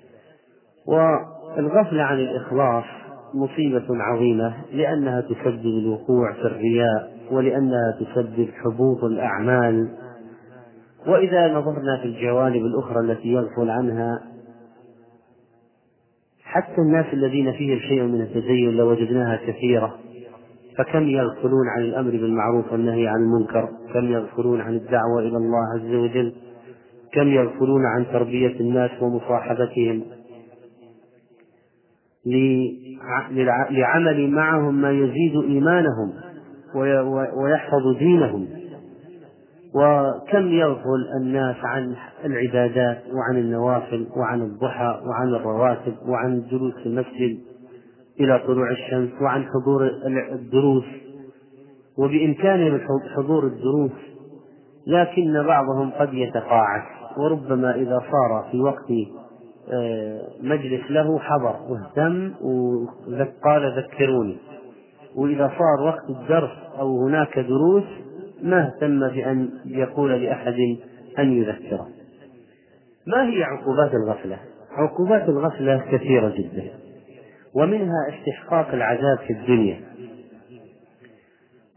[SPEAKER 1] والغفلة عن الإخلاص مصيبة عظيمة، لأنها تسبب الوقوع في الرياء، ولأنها تسبب حبوط الأعمال. وإذا نظرنا في الجوانب الأخرى التي يغفل عنها حتى الناس الذين فيهم شيء من التزين لوجدناها كثيرة، فكم يغفلون عن الأمر بالمعروف والنهي عن المنكر، كم يغفلون عن الدعوة إلى الله عز وجل، كم يغفلون عن تربية الناس ومصاحبتهم لعمل معهم ما يزيد إيمانهم ويحفظ دينهم. وكم يغفل الناس عن العبادات وعن النوافل وعن الضحى وعن الرواتب وعن الجلوس في المسجد إلى طلوع الشمس وعن حضور الدروس، وبإمكانهم حضور الدروس، لكن بعضهم قد يتقاعس، وربما إذا صار في وقت مجلس له حضر واهتم وقال ذكروني، وإذا صار وقت الدرس أو هناك دروس ما اهتم بأن يقول لأحد أن يذكره. ما هي عقوبات الغفلة؟ عقوبات الغفلة كثيرة جدا، ومنها استحقاق العذاب في الدنيا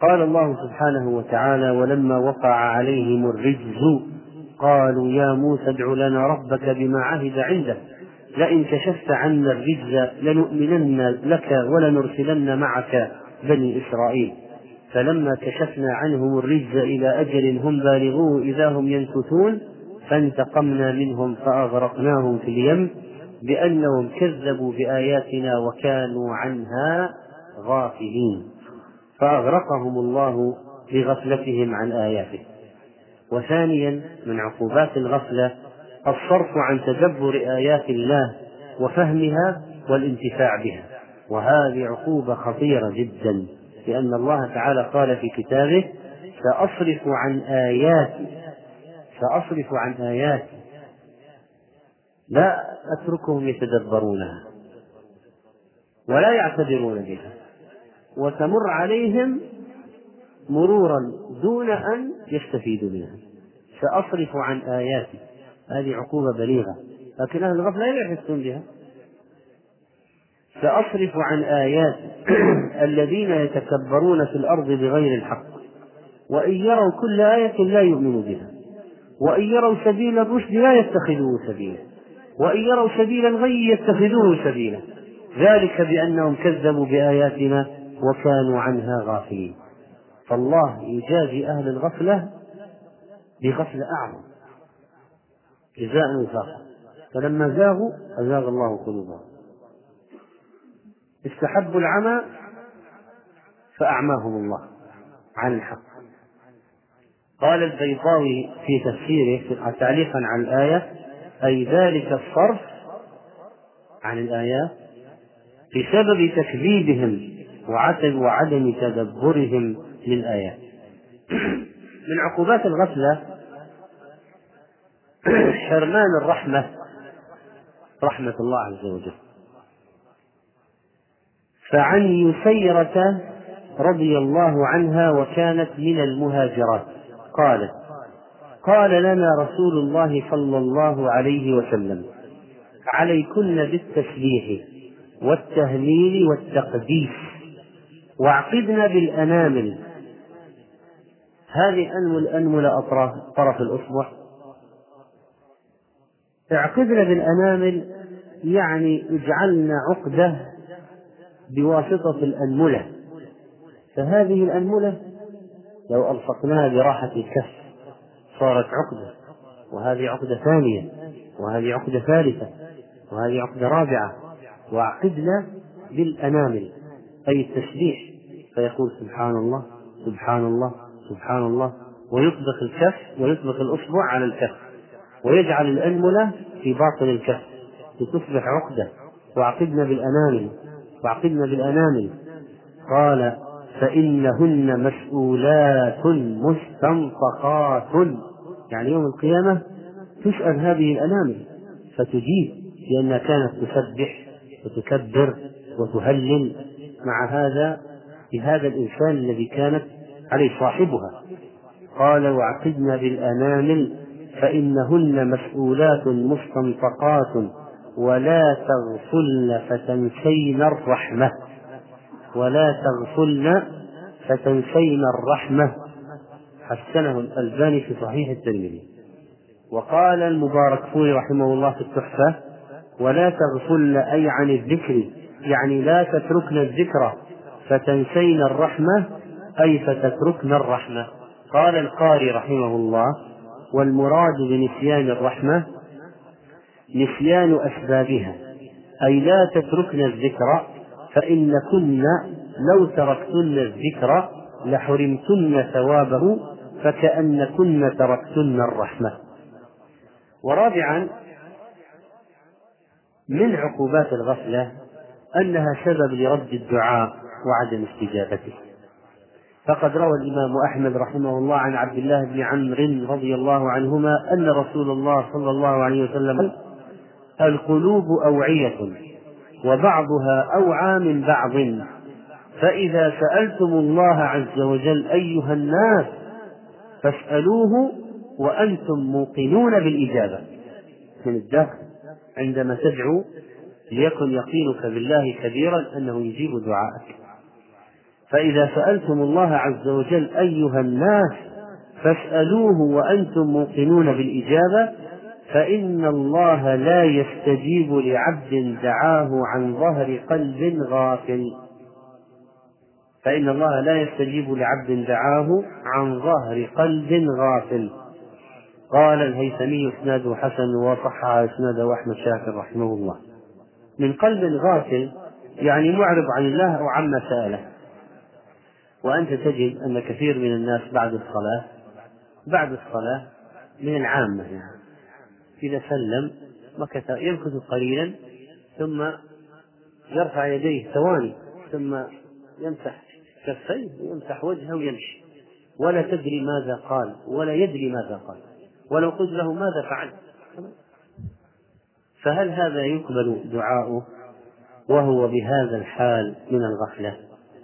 [SPEAKER 1] قال الله سبحانه وتعالى: ولما وقع عليهم الرجز قالوا يا موسى ادع لنا ربك بما عهد عنده لئن كشفت عنا الرجز لنؤمنن لك ولنرسلن معك بني إسرائيل. فلما كشفنا عنهم الرجز إلى أجل هم بالغوه إذا هم ينكثون فانتقمنا منهم فأغرقناهم في اليم بأنهم كذبوا بآياتنا وكانوا عنها غافلين، فأغرقهم الله بغفلتهم عن آياته. وثانيا من عقوبات الغفلة الصرف عن تدبر آيات الله وفهمها والانتفاع بها، وهذه عقوبة خطيرة جدا، لأن الله تعالى قال في كتابه: سأصرف عن آياتي سأصرف عن آياتي لا أتركهم يتدبرونها ولا يعتبرون بها وتمر عليهم مرورا دون أن يستفيدوا منها. سأصرف عن آياتي، هذه عقوبة بليغة، لكن أهل الغفلة لا يحسون بها. سأصرف عن آياتي الذين يتكبرون في الأرض بغير الحق وإن يروا كل آية لا يؤمنوا بها وإن يروا سبيل الرشد لا يتخذوه سبيلا وإن يروا سبيل الغي يتخذوه سبيلا ذلك بأنهم كذبوا بآياتنا وكانوا عنها غافلين. فالله يجازي أهل الغفلة بغفلة أعظم جزاء وفاقا، فلما زاغوا أزاغ الله قلوبهم، استحبوا العمى فأعماهم الله عن الحق. قال البيضاوي في تفسيره تعليقا على الآية: أي ذلك الصرف عن الآيات بسبب تكذيبهم وعدم تدبرهم للآيات. من عقوبات الغفلة حرمان الرحمة، رحمة الله عز وجل. فعن يسيرة رضي الله عنها وكانت من المهاجرات قالت: قال لنا رسول الله صلى الله عليه وسلم: عليكن بالتسبيح والتهليل والتقديس واعقدن بالأنامل. هذه الأنمل أطراف طرف الأصبع، اعقدن بالأنامل يعني اجعلنا عقدة بواسطة الأنملة، فهذه الأنملة لو ألصقناها براحة الكف صارت عقدة، وهذه عقدة ثانية، وهذه عقدة ثالثة، وهذه عقدة رابعة. واعقدنا بالأنامل أي التسبيح، فيقول سبحان الله سبحان الله سبحان الله، ويطبق الكف ويطبق الأصبع على الكف ويجعل الأنملة في باطن الكف لتصبح عقدة. واعقدنا بالأنامل واعقدنا بالأنامل. قال: فإنهن مسؤولات مستنطقات، يعني يوم القيامة تسأل هذه الأنامل فتجيب، لأنها كانت تسبح وتكبر وتهلل مع هذا بهذا الإنسان الذي كانت عليه صاحبها. قال: واعقدن بالأنامل فإنهن مسؤولات مستنطقات ولا تغفلن فتنسين الرحمة ولا تغفلن فتنسين الرحمة. حسنه الألباني في صحيح الترمذي. وقال المباركفوري رحمه الله في التحفة: ولا تغفلن أي عن الذكر، يعني لا تتركن الذكر، فتنسين الرحمة أي فتتركن الرحمة. قال القاري رحمه الله: والمراد بنسيان الرحمة نسيان أسبابها، أي لا تتركن الذكر، فإن كن لو تركتن الذكر لحرمتن ثوابه فكأن كن تركتن الرحمة. ورابعا من عقوبات الغفلة أنها سبب لرد الدعاء وعدم استجابته. فقد روى الإمام أحمد رحمه الله عن عبد الله بن عمرو رضي الله عنهما أن رسول الله صلى الله عليه وسلم: القلوب أوعية وبعضها أوعى من بعض، فإذا سألتم الله عز وجل أيها الناس فاسألوه وأنتم موقنون بالإجابة. من الداخل عندما تدعو ليكن يقينك بالله كبيرا أنه يجيب دعاءك. فإذا سألتم الله عز وجل أيها الناس فاسألوه وأنتم موقنون بالإجابة، فإن الله لا يستجيب لعبد دعاه عن ظهر قلب غافل. فإن الله لا يستجيب لعبد دعاه عن ظهر قلب غافل. قال الهيثمي اسناده حسن وصحح اسناده أحمد شاكر رحمه الله. من قلب غافل يعني معرض عن الله أو عما سأله. وأنت تجد أن كثير من الناس بعد الصلاة بعد الصلاة من العامة يعني إذا سلم مكث يمكث قليلا ثم يرفع يديه ثواني ثم يمسح كفيه ويمسح وجهه ويمشي، ولا تدري ماذا قال ولا يدري ماذا قال، ولو قلت له ماذا فعلت. فهل هذا يقبل دعاؤه وهو بهذا الحال من الغفلة؟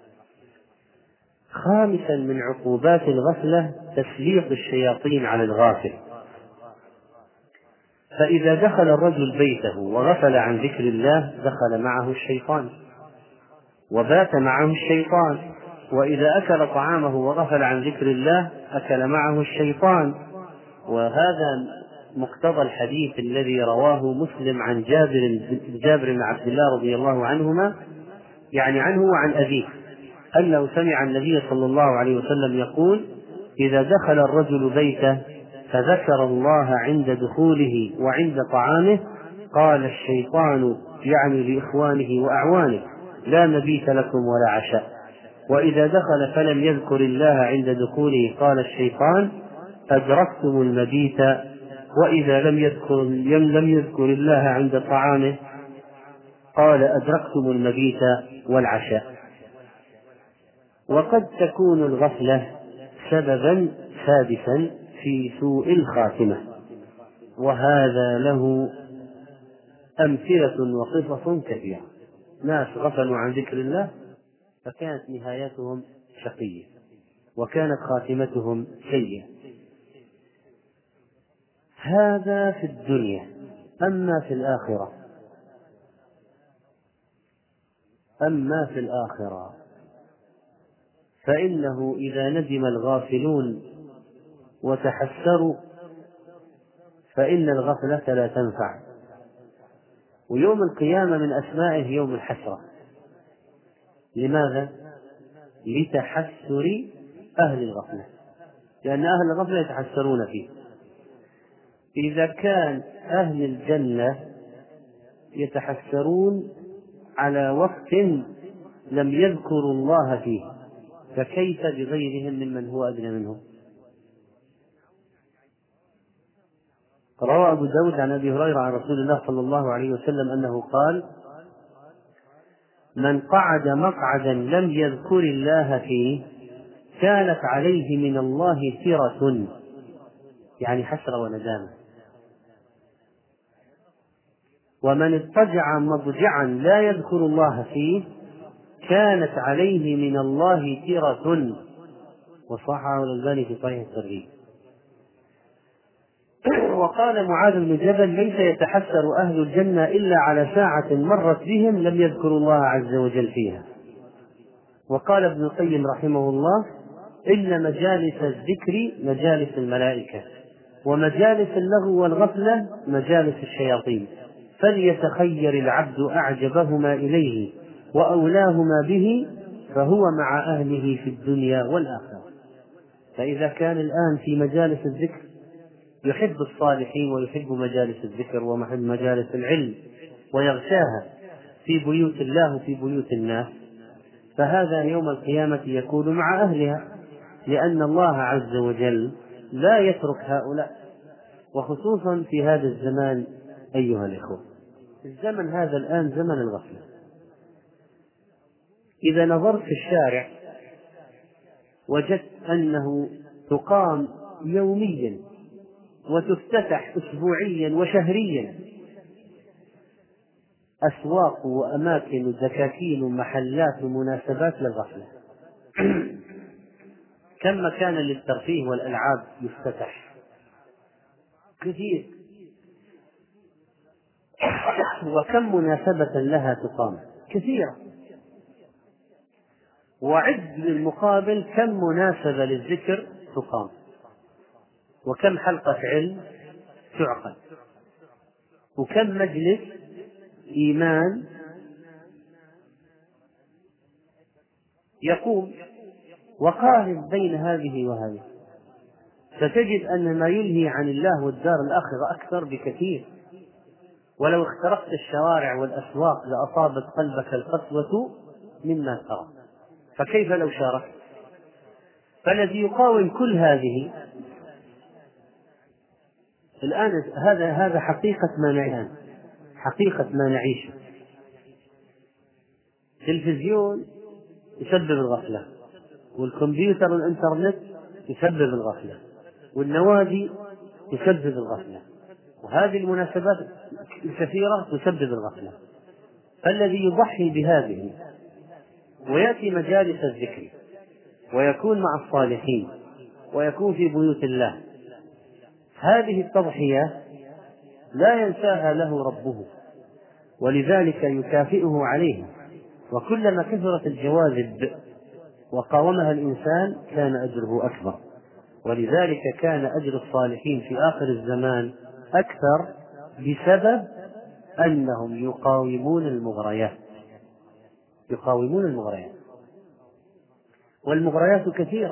[SPEAKER 1] خامسا من عقوبات الغفلة تسليط الشياطين على الغافل. فإذا دخل الرجل بيته وغفل عن ذكر الله دخل معه الشيطان وبات معه الشيطان، وإذا أكل طعامه وغفل عن ذكر الله أكل معه الشيطان. وهذا مقتضى الحديث الذي رواه مسلم عن جابر جابر بن عبد الله رضي الله عنهما، يعني عنه وعن أبيه، أنه سمع النبي صلى الله عليه وسلم يقول: إذا دخل الرجل بيته فذكر الله عند دخوله وعند طعامه قال الشيطان يعني لإخوانه وأعوانه: لا مبيت لكم ولا عشاء. وإذا دخل فلم يذكر الله عند دخوله قال الشيطان: أدركتم المبيت. وإذا لم يذكر, لم يذكر الله عند طعامه قال: أدركتم المبيت والعشاء. وقد تكون الغفلة سببا سادسا في سوء الخاتمة، وهذا له أمثلة وقصص كثيرة. ناس غفلوا عن ذكر الله فكانت نهايتهم شقية وكانت خاتمتهم سيئة. هذا في الدنيا. أما في الآخرة أما في الآخرة فإنه إذا ندم الغافلون وتحسروا فإن الغفلة لا تنفع. ويوم القيامة من أسمائه يوم الحسرة. لماذا؟ لتحسر أهل الغفلة، لأن أهل الغفلة يتحسرون فيه. إذا كان أهل الجنة يتحسرون على وقت لم يذكروا الله فيه، فكيف بغيرهم ممن هو أدنى منهم؟ روى أبو داود عن أبي هريرة عن رسول الله صلى الله عليه وسلم أنه قال: من قعد مقعدا لم يذكر الله فيه كانت عليه من الله ترة، يعني حسرة وندامة. ومن اضطجع مضجعا لا يذكر الله فيه كانت عليه من الله ترة، وصححه الألباني في صحيح الترغيب. وقال معاذ بن جبل: ليس يتحسر أهل الجنة إلا على ساعة مرت بهم لم يذكروا الله عز وجل فيها. وقال ابن القيم رحمه الله: إن مجالس الذكر مجالس الملائكة، ومجالس اللغو والغفلة مجالس الشياطين، فليتخير العبد أعجبهما إليه وأولاهما به فهو مع أهله في الدنيا والآخرة. فإذا كان الآن في مجالس الذكر يحب الصالحين ويحب مجالس الذكر ويحب مجالس العلم ويغشاها في بيوت الله وفي بيوت الناس، فهذا يوم القيامة يكون مع أهلها، لأن الله عز وجل لا يترك هؤلاء. وخصوصا في هذا الزمان أيها الإخوة، الزمن هذا الآن زمن الغفلة. إذا نظرت في الشارع وجدت أنه تقام يوميا وتفتتح أسبوعيا وشهريا أسواق وأماكن ودكاكين ومحلات ومناسبات للغفلة. كم مكانا للترفيه والألعاب يفتتح كثير، وكم مناسبة لها تقام كثيرة. وعد بالمقابل كم مناسبة للذكر تقام، وكم حلقة علم تعقد، وكم مجلس إيمان يقوم، وقارن بين هذه وهذه، فتجد أن ما يلهي عن الله والدار الآخرة أكثر بكثير. ولو اخترقت الشوارع والأسواق لأصابت قلبك القسوة مما ترى، فكيف لو شاركت؟ فالذي يقاوم كل هذه الآن، هذا هذا حقيقة ما نعيش، حقيقة ما نعيشه. التلفزيون يسبب الغفلة، والكمبيوتر والإنترنت يسبب الغفلة، والنوادي تسبب الغفلة، وهذه المناسبات الكثيرة تسبب الغفلة. فالذي يضحي بهذه ويأتي مجالس الذكر ويكون مع الصالحين ويكون في بيوت الله، هذه التضحية لا ينساها له ربه، ولذلك يكافئه عليها. وكلما كثرت الجواذب وقاومها الإنسان كان أجره أكبر، ولذلك كان أجر الصالحين في آخر الزمان أكثر بسبب أنهم يقاومون المغريات، يقاومون المغريات، والمغريات كثيرة.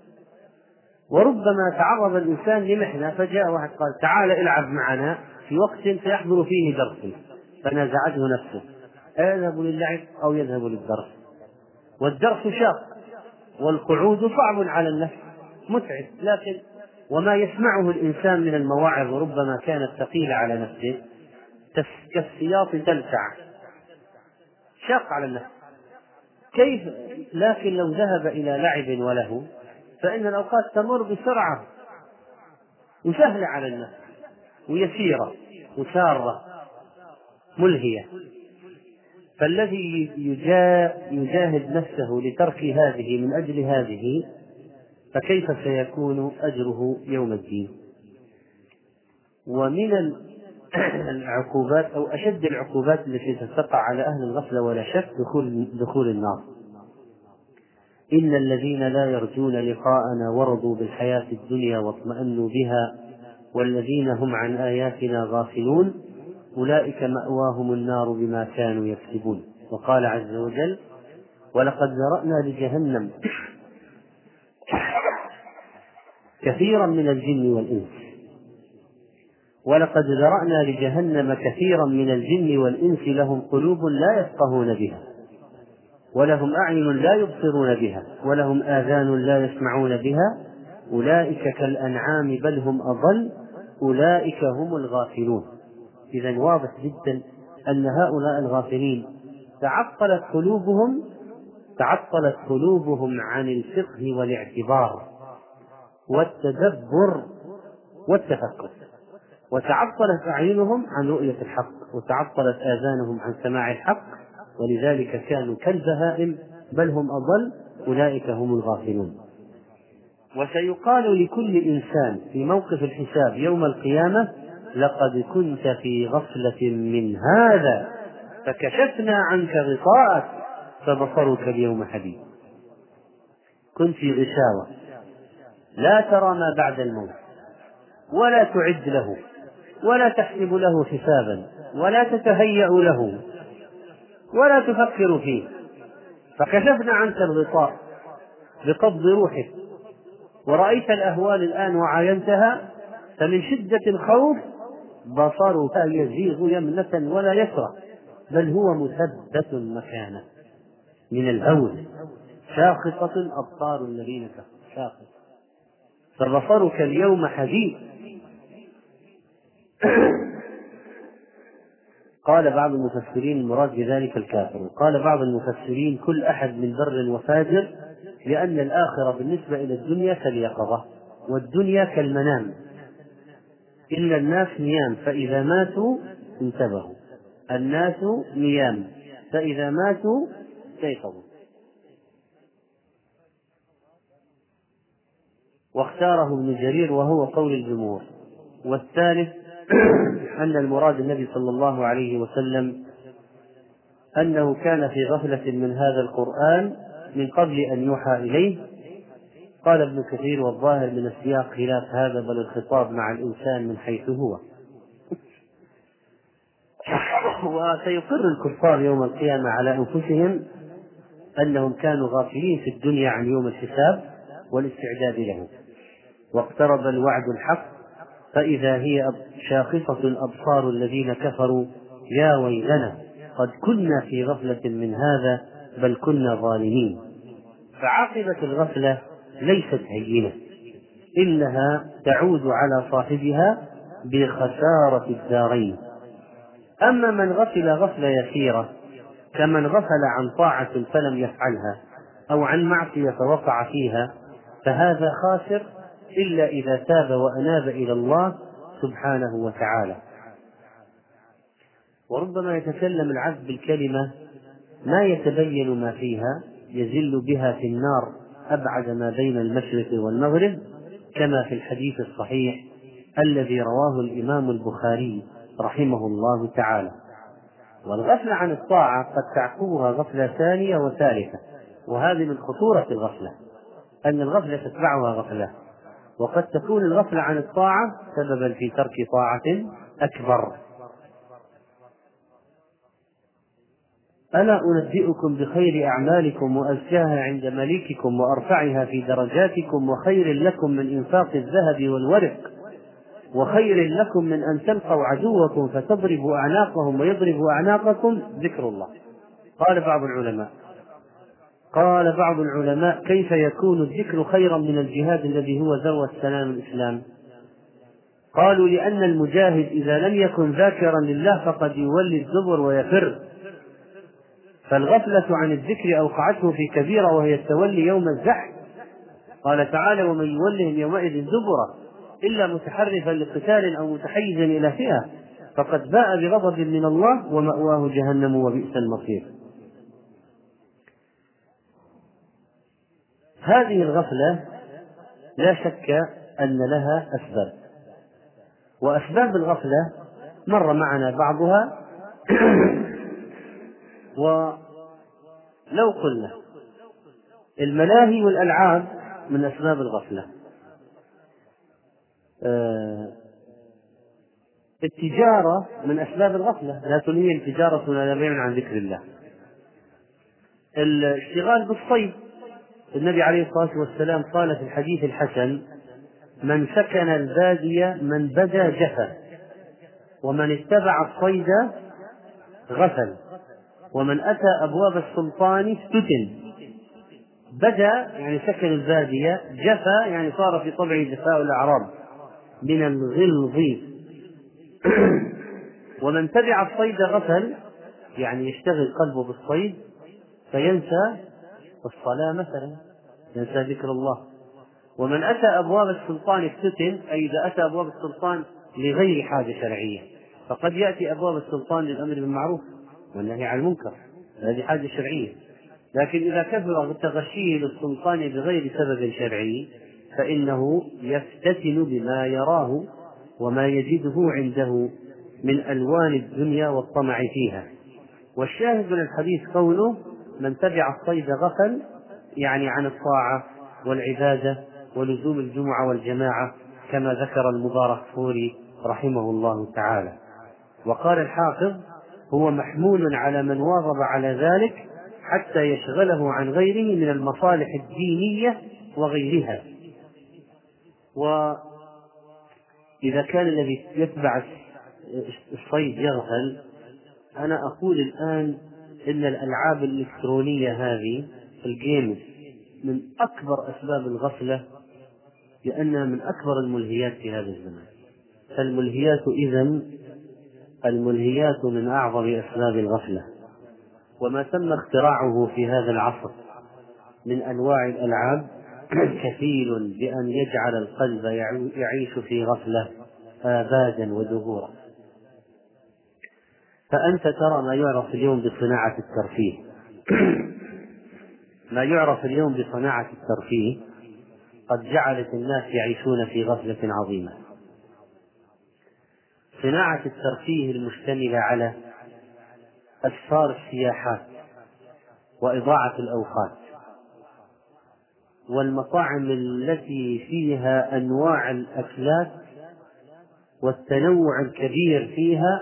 [SPEAKER 1] وربما تعرض الإنسان لمحنة فجاء واحد قال تعال العب معنا في وقت سيحضر فيه درس، فنازعته نفسه أيذهب للعب أو يذهب للدرس، والدرس شاق والقعود صعب على النفس متعب، لكن وما يسمعه الإنسان من المواعظ ربما كانت ثقيلة على نفسه كالسياط تلسع، شاق على النفس. كيف؟ لكن لو ذهب إلى لعب وله فإن الأوقات تمر بسرعة وسهلة على النفس ويسيرة وسارة ملهية. فالذي يجاهد نفسه لترك هذه من أجل هذه فكيف سيكون أجره يوم الدين؟ ومن العقوبات أو أشد العقوبات التي تتقع على أهل الغفلة ولا شك دخول, دخول النار. إن الذين لا يرجون لقاءنا ورضوا بالحياة الدنيا واطمأنوا بها والذين هم عن آياتنا غافلون أولئك مأواهم النار بما كانوا يكسبون. وقال عز وجل ولقد ذرأنا لجهنم كثيرا من الجن والإنس ولقد ذرأنا لجهنم كثيرا من الجن والإنس لهم قلوب لا يفقهون بها ولهم أعين لا يبصرون بها ولهم آذان لا يسمعون بها أولئك كالأنعام بل هم أضل أولئك هم الغافلون. إذن واضح جدا أن هؤلاء الغافلين تعطلت قلوبهم تعطلت قلوبهم عن الفقه والاعتبار والتدبر والتفكر، وتعطلت أعينهم عن رؤية الحق وتعطلت آذانهم عن سماع الحق، ولذلك كانوا كالبهائم بل هم أضل أولئك هم الغافلون. وسيقال لكل إنسان في موقف الحساب يوم القيامة لقد كنت في غفلة من هذا فكشفنا عنك غطاءك فبصرك اليوم حديد. كنت في غشاوة لا ترى ما بعد الموت ولا تعد له ولا تحسب له حسابا ولا تتهيأ له ولا تفكر فيه، فكشفنا عنك الغطاء بقبض روحك ورأيت الأهوال الآن وعاينتها، فمن شدة الخوف بصرك يزيغ يمنة ولا يسرى بل هو مثبت مكانه من الهول شاخصة أبصار الذين كفروا شاخصة فبصرك اليوم حديد. قال بعض المفسرين المراد بذلك الكافر، وقال بعض المفسرين كل أحد من بر وفاجر، لأن الآخرة بالنسبة إلى الدنيا كاليقظة والدنيا كالمنام، إن الناس نيام فإذا ماتوا انتبهوا، الناس نيام فإذا ماتوا استيقظوا. واختاره ابن جرير وهو قول الجمهور. والثالث أن المراد النبي صلى الله عليه وسلم أنه كان في غفلة من هذا القرآن من قبل أن يوحى إليه. قال ابن كثير: والظاهر من السياق خلاف هذا، بل الخطاب مع الإنسان من حيث هو. وسيقر الكفار يوم القيامة على أنفسهم أنهم كانوا غافلين في الدنيا عن يوم الحساب والاستعداد له، واقترب الوعد الحق، فإذا هي شاخصة أبصار الذين كفروا: يا ويلنا قد كنا في غفلة من هذا بل كنا ظالمين. فعاقبة الغفلة ليست هينة، إنها تعود على صاحبها بخسارة الدارين. أما من غفل غفلة يسيرة كمن غفل عن طاعة فلم يفعلها أو عن معصية وقع فيها، فهذا خاسر إلا إذا تاب وأناب إلى الله سبحانه وتعالى. وربما يتكلم العبد بالكلمة ما يتبين ما فيها، يزل بها في النار أبعد ما بين المشرق والمغرب، كما في الحديث الصحيح الذي رواه الإمام البخاري رحمه الله تعالى. والغفلة عن الطاعة قد تعقبها غفلة ثانية وثالثة، وهذه من خطورة الغفلة، أن الغفلة تتبعها غفلة، وقد تكون الغفلة عن الطاعة سببا في ترك طاعة أكبر. ألا أنبئكم بخير أعمالكم وأزكاها عند مليككم وأرفعها في درجاتكم وخير لكم من إنفاق الذهب والورق وخير لكم من أن تلقوا عدوكم فتضربوا أعناقهم ويضربوا أعناقكم؟ ذكر الله. قال بعض العلماء قال بعض العلماء كيف يكون الذكر خيرا من الجهاد الذي هو ذروة سنام الإسلام؟ قالوا: لأن المجاهد إذا لم يكن ذاكرا لله فقد يولي الدبر ويفر، فالغفلة عن الذكر أوقعته في كبيرة وهي التولي يوم الزحف. قال تعالى: ومن يولهم يومئذ دبره إلا متحرفا لقتال أو متحيزا إلى فئة فقد باء بغضب من الله ومأواه جهنم وبئس المصير. هذه الغفلة لا شك أن لها أسباب، وأسباب الغفلة مر معنا بعضها. ولو قلنا الملاهي والألعاب من أسباب الغفلة، آه التجارة من أسباب الغفلة، لا تلهي التجارة ولا بيع عن ذكر الله. الاشتغال بالصيد، النبي عليه الصلاة والسلام قال في الحديث الحسن: من سكن البادية من بدا جفا، ومن اتبع الصيد غفل، ومن أتى أبواب السلطان افتتن. بدا يعني سكن البادية، جفا يعني صار في طبعه جفاء الأعراب من الغلظ. ومن تبع الصيد غفل يعني يشتغل قلبه بالصيد فينسى الصلاة مثلا، ينسى ذكر الله. ومن أتى أبواب السلطان افتتن، أي إذا أتى أبواب السلطان لغير حاجة شرعية، فقد يأتي أبواب السلطان للأمر بالمعروف والنهي عن المنكر، هذه حاجة شرعية. لكن إذا كثر تغشيه للسلطان بغير سبب شرعي فإنه يفتتن بما يراه وما يجده عنده من ألوان الدنيا والطمع فيها. والشاهد من الحديث قوله: من تبع الصيد غفل، يعني عن الطاعة والعبادة ولزوم الجمعة والجماعة، كما ذكر المباركفوري رحمه الله تعالى. وقال الحافظ: هو محمول على من واظب على ذلك حتى يشغله عن غيره من المصالح الدينية وغيرها. وإذا كان الذي يتبع الصيد يغفل، أنا أقول الآن إن الألعاب الإلكترونية هذه الجيمز من أكبر أسباب الغفلة، لأنها من أكبر الملهيات في هذا الزمان. فالملهيات إذن الملهيات من أعظم أسباب الغفلة، وما تم اختراعه في هذا العصر من أنواع الألعاب كفيل بأن يجعل القلب يعيش في غفلة آبادا ودهورا. فأنت ترى ما يعرف اليوم بصناعة الترفيه ما يعرف اليوم بصناعة الترفيه قد جعلت الناس يعيشون في غفلة عظيمة. صناعة الترفيه المشتملة على أسفار السياحات وإضاعة الأوقات والمطاعم التي فيها أنواع الأكلات والتنوع الكبير فيها،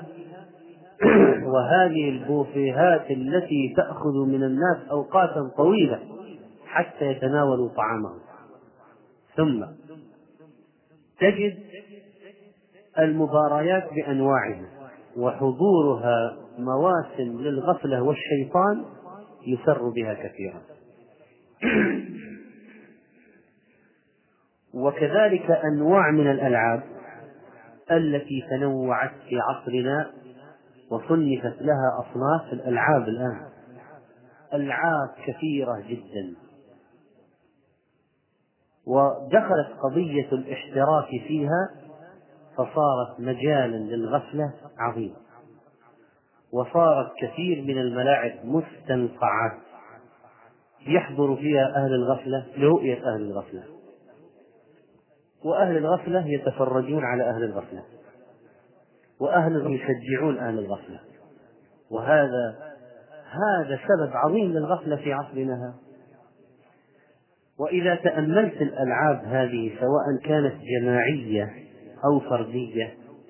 [SPEAKER 1] وهذه البوفيهات التي تأخذ من الناس أوقاتا طويلة حتى يتناولوا طعامهم. ثم تجد المباريات بأنواعها، وحضورها مواسم للغفلة والشيطان يسر بها كثيرا. وكذلك أنواع من الألعاب التي تنوعت في عصرنا وصنفت لها أصناف. الألعاب الآن ألعاب كثيرة جدا، ودخلت قضية الاحتراف فيها فصارت مجالا للغفلة عظيم، وصارت كثير من الملاعب مستنقعات يحضر فيها أهل الغفلة لرؤية أهل الغفلة، وأهل الغفلة يتفرجون على أهل الغفلة، وأهل يشجعون أهل الغفلة. وهذا هذا سبب عظيم للغفلة في عصرنا هذا. وإذا تأملت الألعاب هذه سواء كانت جماعية أو فردية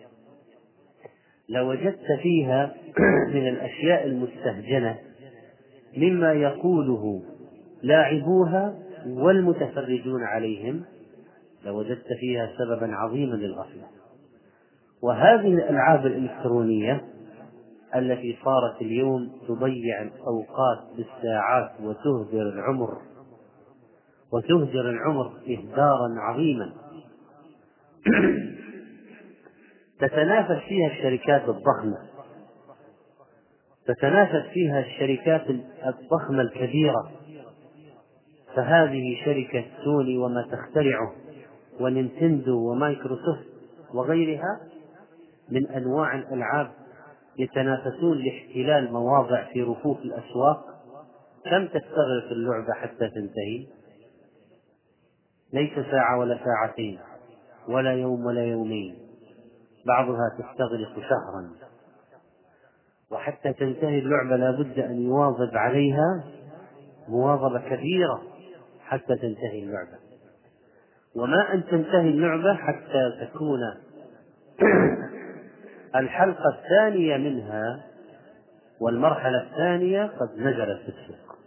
[SPEAKER 1] لوجدت فيها من الأشياء المستهجنة مما يقوله لاعبوها والمتفرجون عليهم، لوجدت فيها سببا عظيما للغفلة. وهذه الألعاب الإلكترونية التي صارت اليوم تضيع الأوقات بالساعات وتهدر العمر وتهدر العمر إهدارا عظيما، تتنافس فيها الشركات الضخمة، تتنافس فيها الشركات الضخمة الكبيرة. فهذه شركة سوني وما تخترعه ونينتندو ومايكروسوفت وغيرها من أنواع الألعاب يتنافسون لاحتلال مواضع في رفوف الأسواق. كم تستغرق اللعبة حتى تنتهي؟ ليس ساعة ولا ساعتين ولا يوم ولا يومين، بعضها تستغرق شهرا، وحتى تنتهي اللعبة لا بد أن يواظب عليها مواظبة كبيرة حتى تنتهي اللعبة. وما أن تنتهي اللعبة حتى تكون الحلقة الثانية منها والمرحلة الثانية قد نزلت في السوق.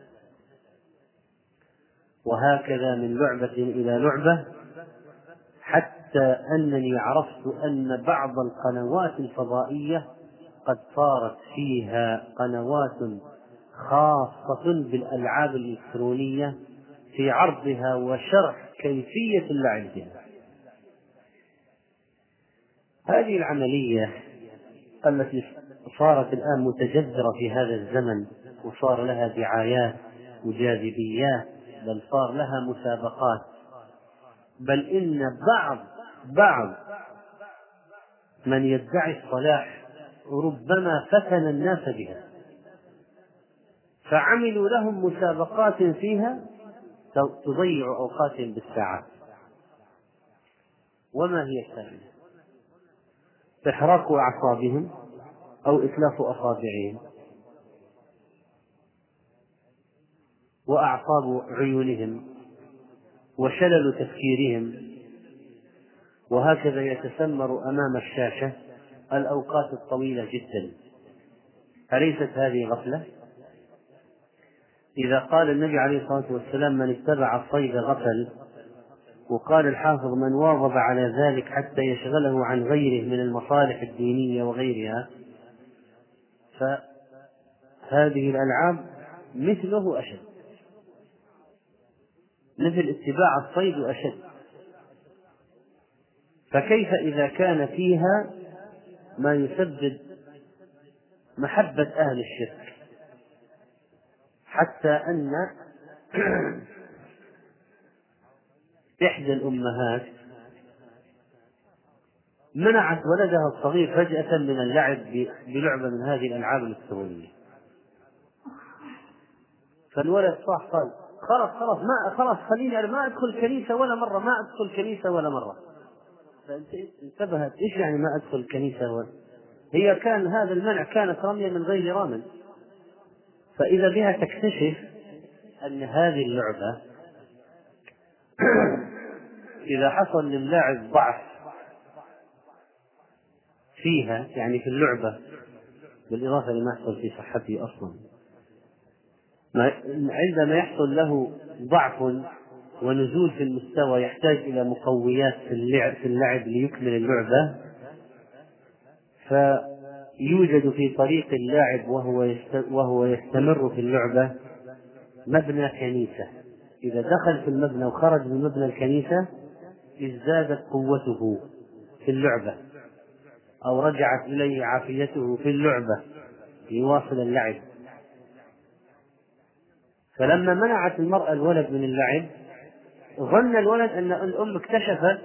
[SPEAKER 1] وهكذا من لعبة إلى لعبة، حتى أنني عرفت أن بعض القنوات الفضائية قد صارت فيها قنوات خاصة بالألعاب الإلكترونية في عرضها وشرح كيفية اللعب بها. هذه العملية التي صارت الآن متجذرة في هذا الزمن وصار لها دعايات وجاذبيات، بل صار لها مسابقات، بل إن بعض بعض من يدعي الصلاح ربما فتن الناس بها، فعملوا لهم مسابقات فيها تضيع أوقاتهم بالساعات. وما هي الفائدة؟ إحراق أعصابهم أو إتلاف أصابعهم وأعصاب عيونهم وشلل تفكيرهم، وهكذا يتسمر أمام الشاشة الأوقات الطويلة جدا. أليست هذه غفلة؟ إذا قال النبي عليه الصلاة والسلام من اتبع الصيد غفل، وقال الحافظ من واظب على ذلك حتى يشغله عن غيره من المصالح الدينية وغيرها، فهذه الألعاب مثله أشد، مثل اتباع الصيد أشد. فكيف إذا كان فيها ما يسبب محبة أهل الشرك، حتى أن إحدى الأمهات منعت ولدها الصغير فجأة من اللعب بلعبة من هذه الألعاب الإلكترونية. فالولد صاح قال خلاص خلاص ما خلاص خليني ما أدخل كنيسة ولا مرة، ما أدخل كنيسة ولا مرة. فانتبهت إيش يعني ما أدخل كنيسة ولا؟ هي كان هذا المنع كانت رمية من غير رامٍ. فإذا بها تكتشف أن هذه اللعبة إذا حصل للاعب ضعف فيها، يعني في اللعبة، بالإضافة لما يحصل في صحته أصلا، عندما يحصل له ضعف ونزول في المستوى يحتاج إلى مقويات في اللعب, في اللعب ليكمل اللعبة، فيوجد في طريق اللاعب وهو وهو يستمر في اللعبة مبنى كنيسة. إذا دخل في المبنى وخرج من مبنى الكنيسة ازدادت قوته في اللعبة، أو رجعت إليه عافيته في اللعبة ليواصل اللعب. فلما منعت المرأة الولد من اللعب، ظن الولد أن الأم اكتشفت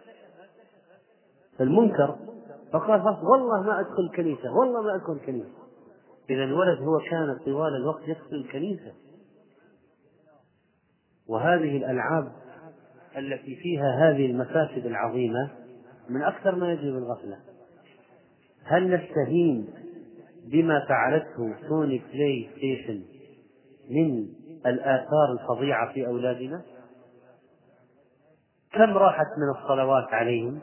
[SPEAKER 1] المنكر، فقال والله ما أدخل الكنيسة، والله ما أدخل الكنيسة. إذا الولد هو كان طوال الوقت يدخل الكنيسة. وهذه الألعاب التي فيها هذه المفاسد العظيمة من أكثر ما يجب الغفلة. هل نستهين بما فعلته سوني بلاي ستيشن من الآثار الفظيعة في أولادنا؟ كم راحت من الصلوات عليهم،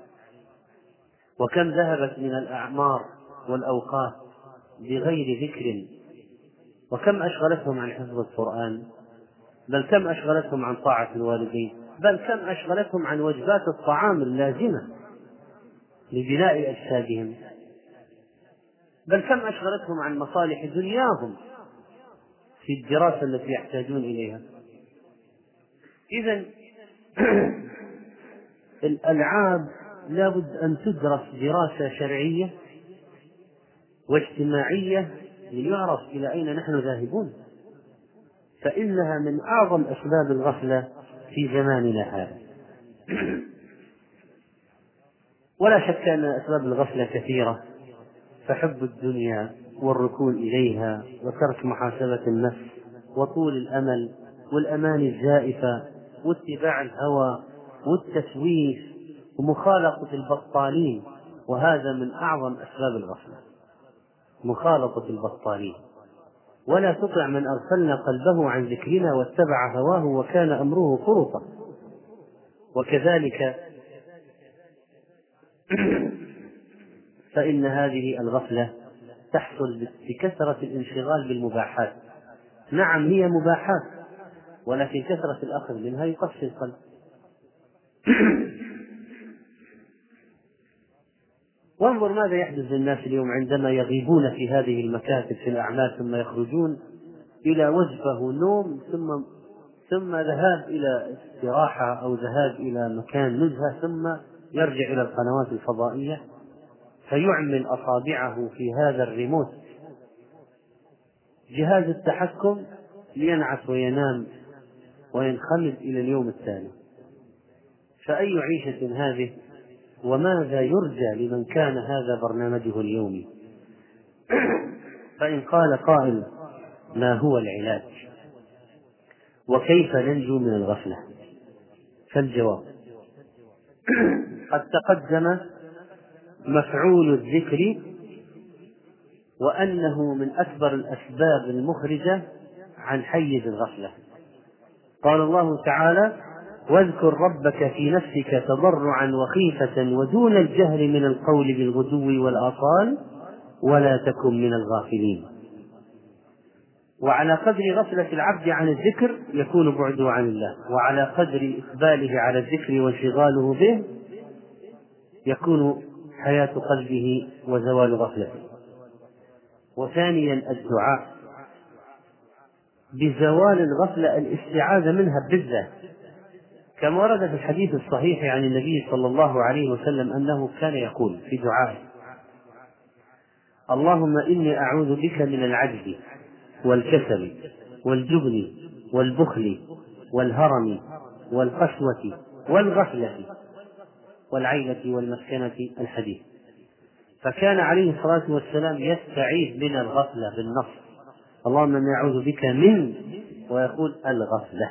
[SPEAKER 1] وكم ذهبت من الأعمار والأوقات بغير ذكر، وكم أشغلتهم عن حفظ القرآن، بل كم أشغلتهم عن طاعة الوالدين، بل كم أشغلتهم عن وجبات الطعام اللازمة لبناء أجسادهم، بل كم أشغلتهم عن مصالح دنياهم في الدراسة التي يحتاجون إليها. إذن الألعاب لابد أن تدرس دراسة شرعية واجتماعية ليعرف إلى أين نحن ذاهبون، فإنها من أعظم أسباب الغفلة في زماننا هذا. ولا شك أن أسباب الغفلة كثيرة، فحب الدنيا والركون إليها وترك محاسبة النفس وطول الأمل والأماني الزائفة واتباع الهوى والتسويف ومخالطة البطالين، وهذا من أعظم أسباب الغفلة، مخالطة البطالين. ولا تطع من أغفلنا قلبه عن ذكرنا واتبع هواه وكان أمره فرطا. وكذلك فإن هذه الغفلة تحصل بكثرة الانشغال بالمباحات. نعم هي مباحات، ولكن كثرة الأخذ منها يقسي القلب. وانظر ماذا يحدث للناس اليوم عندما يغيبون في هذه المكاتب في الأعمال، ثم يخرجون إلى وجبة ونوم، ثم ثم ذهاب إلى استراحة أو ذهاب إلى مكان نزهة، ثم يرجع إلى القنوات الفضائية فيعمل أصابعه في هذا الريموت جهاز التحكم لينعس وينام وينخمد إلى اليوم التالي. فأي عيشة هذه؟ وماذا يرجى لمن كان هذا برنامجه اليومي؟ فإن قال قائل ما هو العلاج وكيف ننجو من الغفلة؟ فالجواب قد تقدم مفعول الذكر، وأنه من أكبر الأسباب المخرجة عن حيز الغفلة. قال الله تعالى واذكر ربك في نفسك تضرعا وخيفة ودون الجهر من القول بالغدو والآصال ولا تكن من الغافلين. وعلى قدر غفلة العبد عن الذكر يكون بعده عن الله، وعلى قدر إقباله على الذكر وانشغاله به يكون حياة قلبه وزوال غفلته. وثانيا الدعاء بزوال الغفلة، الاستعاذة منها بالذات، كما ورد في الحديث الصحيح عن النبي صلى الله عليه وسلم أنه كان يقول في دعائه اللهم إني أعوذ بك من العجز والكسل والجبن والبخل والهرم والقسوة والغفلة والعيلة والمسكنة الحديث. فكان عليه الصلاة والسلام يستعيذ من الغفلة بالنص اللهم إني أعوذ بك من، ويقول الغفلة.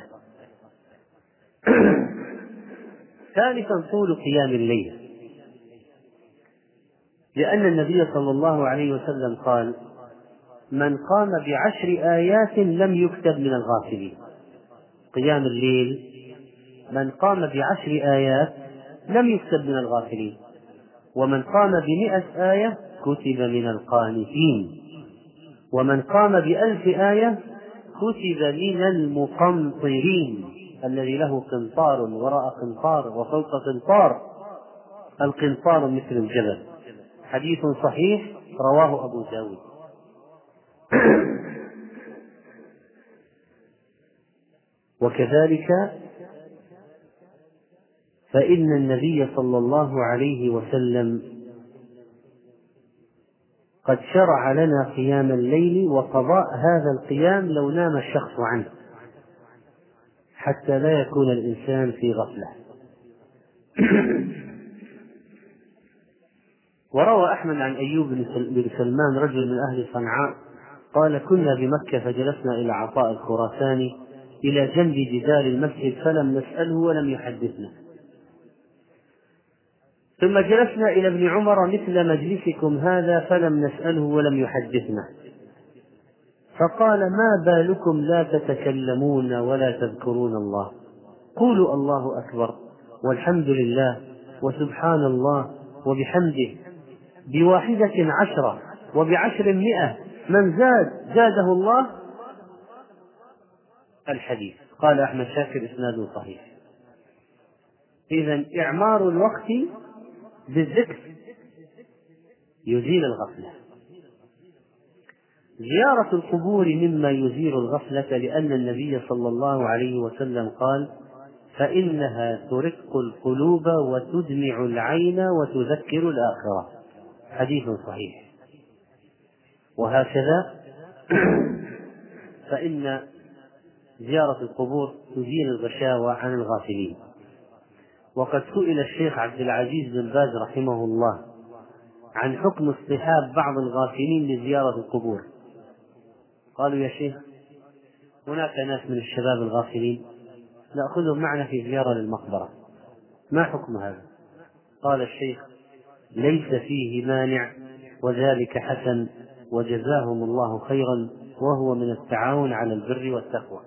[SPEAKER 1] ثالثا طول قيام الليل، لأن النبي صلى الله عليه وسلم قال من قام بعشر آيات لم يكتب من الغافلين. قيام الليل من قام بعشر آيات لم يكتب من الغافلين، ومن قام بمئة آية كتب من القانتين، ومن قام بألف آية كتب من المقنطرين، الذي له قنطار وراء قنطار وفوق قنطار، القنطار مثل الجبل. حديث صحيح رواه أبو داود. وكذلك فإن النبي صلى الله عليه وسلم قد شرع لنا قيام الليل وقضاء هذا القيام لو نام الشخص عنه، حتى لا يكون الإنسان في غفلة. وروى أحمد عن أيوب بن سلمان رجل من أهل صنعاء قال: كنا بمكة فجلسنا إلى عطاء الخراساني إلى جنب جدار المسجد فلم نسأله ولم يحدثنا، ثم جلسنا إلى ابن عمر مثل مجلسكم هذا فلم نسأله ولم يحدثنا، فقال: ما بالكم لا تتكلمون ولا تذكرون الله؟ قولوا الله أكبر والحمد لله وسبحان الله وبحمده بواحدة عشرة وبعشر مئة، من زاد زاده الله. الحديث. قال أحمد شاكر إسناده صحيح. إذن إعمار الوقت بالذكر يزيل الغفلة. زيارة القبور مما يزيل الغفلة، لأن النبي صلى الله عليه وسلم قال: فإنها ترق القلوب وتدمع العين وتذكر الآخرة. حديث صحيح. وهكذا فإن زيارة القبور تزيل الغشاوة عن الغافلين. وقد سئل الشيخ عبد العزيز بن باز رحمه الله عن حكم اصطحاب بعض الغافلين لزيارة القبور، قالوا: يا شيخ، هناك ناس من الشباب الغافلين نأخذهم معنا في زيارة للمقبرة، ما حكم هذا؟ قال الشيخ: ليس فيه مانع، وذلك حسن، وجزاهم الله خيرا، وهو من التعاون على البر والتقوى.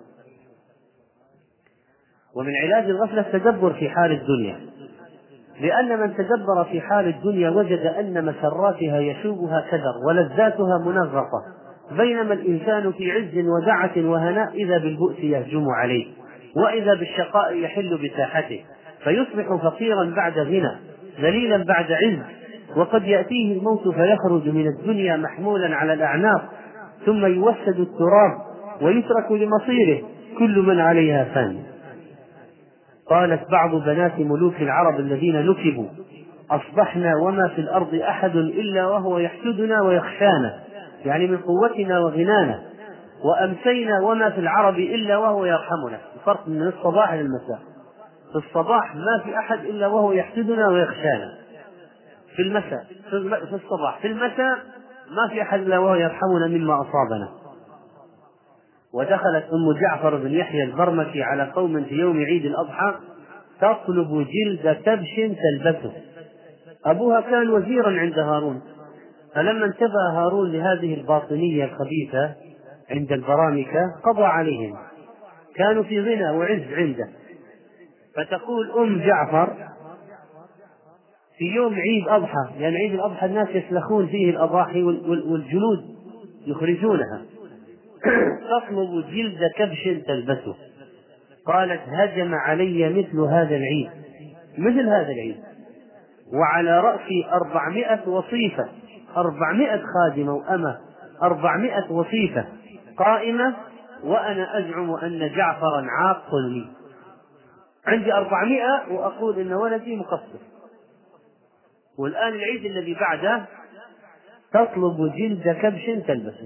[SPEAKER 1] ومن علاج الغفلة التدبر في حال الدنيا، لأن من تدبر في حال الدنيا وجد أن مسراتها يشوبها كدر ولذاتها منغصة، بينما الإنسان في عز ودعة وهناء إذا بالبؤس يهجم عليه، وإذا بالشقاء يحل بساحته، فيصبح فقيرا بعد غنى، ذليلا بعد عز، وقد يأتيه الموت فيخرج من الدنيا محمولا على الأعناق، ثم يوسد التراب ويترك لمصيره، كل من عليها فان. قالت بعض بنات ملوك العرب الذين نكبوا: أصبحنا وما في الأرض أحد إلا وهو يحسدنا ويخشانا، يعني من قوتنا وغنانا، وأمسينا وما في العرب إلا وهو يرحمنا. الفرق من الصباح للمساء: في الصباح ما في أحد إلا وهو يحسدنا ويخشانا، في المساء في الصباح في المساء ما في أحد إلا وهو يرحمنا مما أصابنا. ودخلت أم جعفر بن يحيى البرمكي على قوم في يوم عيد الأضحى تطلب جلد كبش تلبسه. أبوها كان وزيرا عند هارون، فلما انتبه هارون لهذه الباطنية الخبيثة عند البرامكة قضى عليهم، كانوا في غنى وعز عنده. فتقول أم جعفر في يوم عيد أضحى، لأن يعني عيد الأضحى الناس يسلخون فيه الأضاحي والجلود يخرجونها، تطلب جلد كبش تلبسه. قالت: هجم علي مثل هذا العيد، مثل هذا العيد، وعلى رأسي أربعمائة وصيفة، أربعمائة خادمة وأمة، أربعمائة وصيفة قائمة، وأنا أزعم أن جعفرا عاق لي. عندي أربعمائة وأقول إن ولدي مقصر. والآن العيد الذي بعده تطلب جلد كبش تلبسه.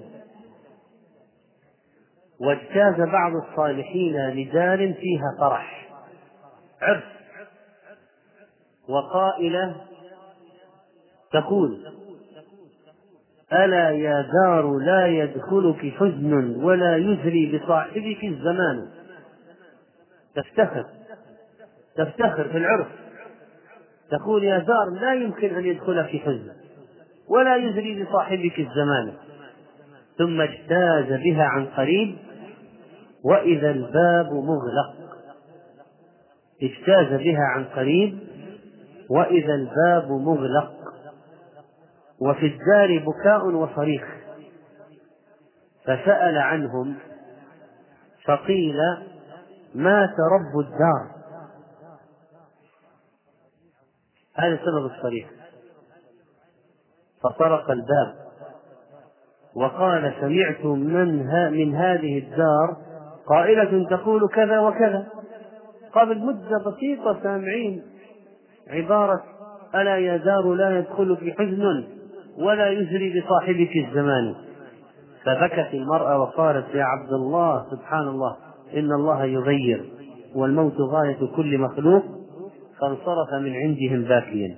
[SPEAKER 1] واجتاز بعض الصالحين لدار فيها فرح عرس، وقائلة تقول: ألا يا دار لا يدخلك حزن ولا يزري بصاحبك الزمان. تفتخر تفتخر في العرس، تقول: يا دار لا يمكن أن يدخلك حزن ولا يزري بصاحبك الزمان. ثم اجتاز بها عن قريب وإذا الباب مغلق. اجتاز بها عن قريب وإذا الباب مغلق وفي الدار بكاء وصريخ، فسأل عنهم فقيل مات رب الدار. هذا سبب الصريخ. فطرق الباب وقال سمعت من, ها من هذه الدار قائلة تقول كذا وكذا. قبل مدة بسيطة سامعين عبارة ألا يا دار لا يدخل في حزن ولا يجري بصاحبك الزمان. فبكت المرأة وقالت يا عبد الله سبحان الله إن الله يغير والموت غاية كل مخلوق. فانصرف من عندهم باكيا.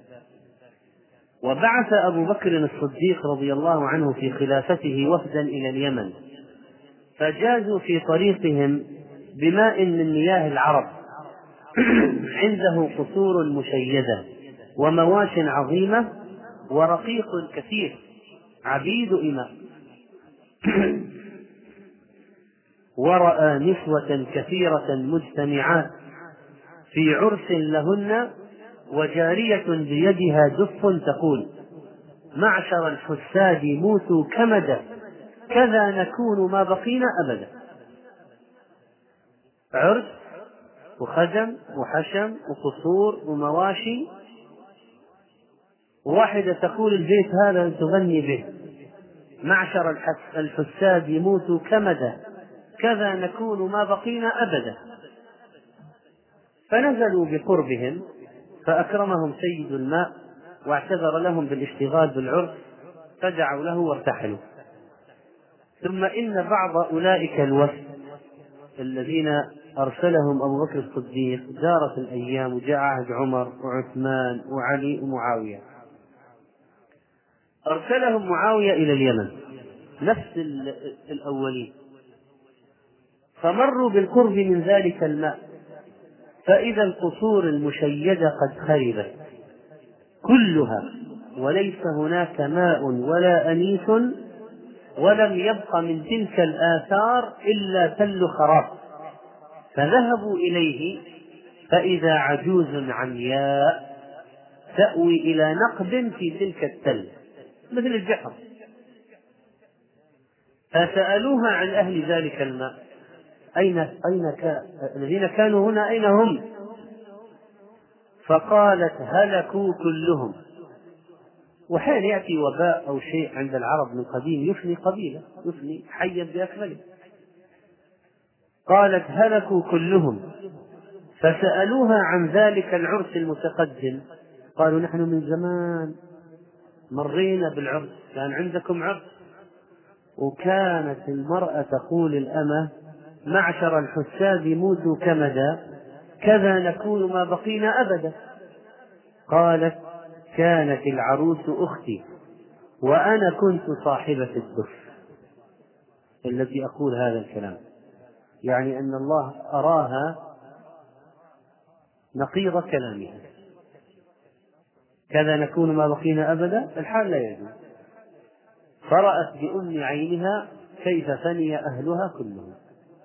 [SPEAKER 1] وبعث أبو بكر الصديق رضي الله عنه في خلافته وفدا إلى اليمن، فجازوا في طريقهم بماء من مياه العرب عنده قصور مشيدة ومواش عظيمة ورقيق كثير عبيد إماء. ورأى نسوة كثيرة مجتمعات في عرس لهن وجارية بيدها دف تقول معشر الحساد موتوا كمدا كذا نكون ما بقينا أبدا. عرس وخدم وحشم وقصور ومواشي، واحدة تقول البيت هذا تغني به معشر الحساد يموتوا كمدا كذا نكون ما بقينا أبدا. فنزلوا بقربهم فأكرمهم سيد الماء واعتذر لهم بالاشتغال بالعرس فدعوا له وارتحلوا. ثم إن بعض أولئك الوفد الذين أرسلهم أبو بكر الصديق دارت الأيام وجاء عهد عمر وعثمان وعلي ومعاوية. أرسلهم معاوية إلى اليمن نفس الأولين، فمروا بالقرب من ذلك الماء فإذا القصور المشيدة قد خربت كلها وليس هناك ماء ولا أنيس ولم يبق من تلك الآثار إلا تل خراب. فذهبوا إليه فإذا عجوز عمياء تأوي إلى نقب في تلك التل مثل الجحر. فسألوها عن أهل ذلك الماء أين أين كان الذين كانوا هنا أين هم؟ فقالت هلكوا كلهم. وحين يأتي وباء أو شيء عند العرب من قديم يفني قبيلة يفني حيا بأكمله. قالت هلكوا كلهم. فسألوها عن ذلك العرس المتقدم قالوا نحن من زمان مرينا بالعرس كان عندكم عرس. وكانت المرأة تقول الأمة معشر الحساد موتوا كمدا كذا نكون ما بقينا أبدا. قالت كانت العروس أختي وأنا كنت صاحبة الدف التي أقول هذا الكلام، يعني أن الله أراها نقيض كلامها كذا نكون ما بقينا أبدا الحال لا يجوز. فرأت بأم عينها كيف فني أهلها كلهم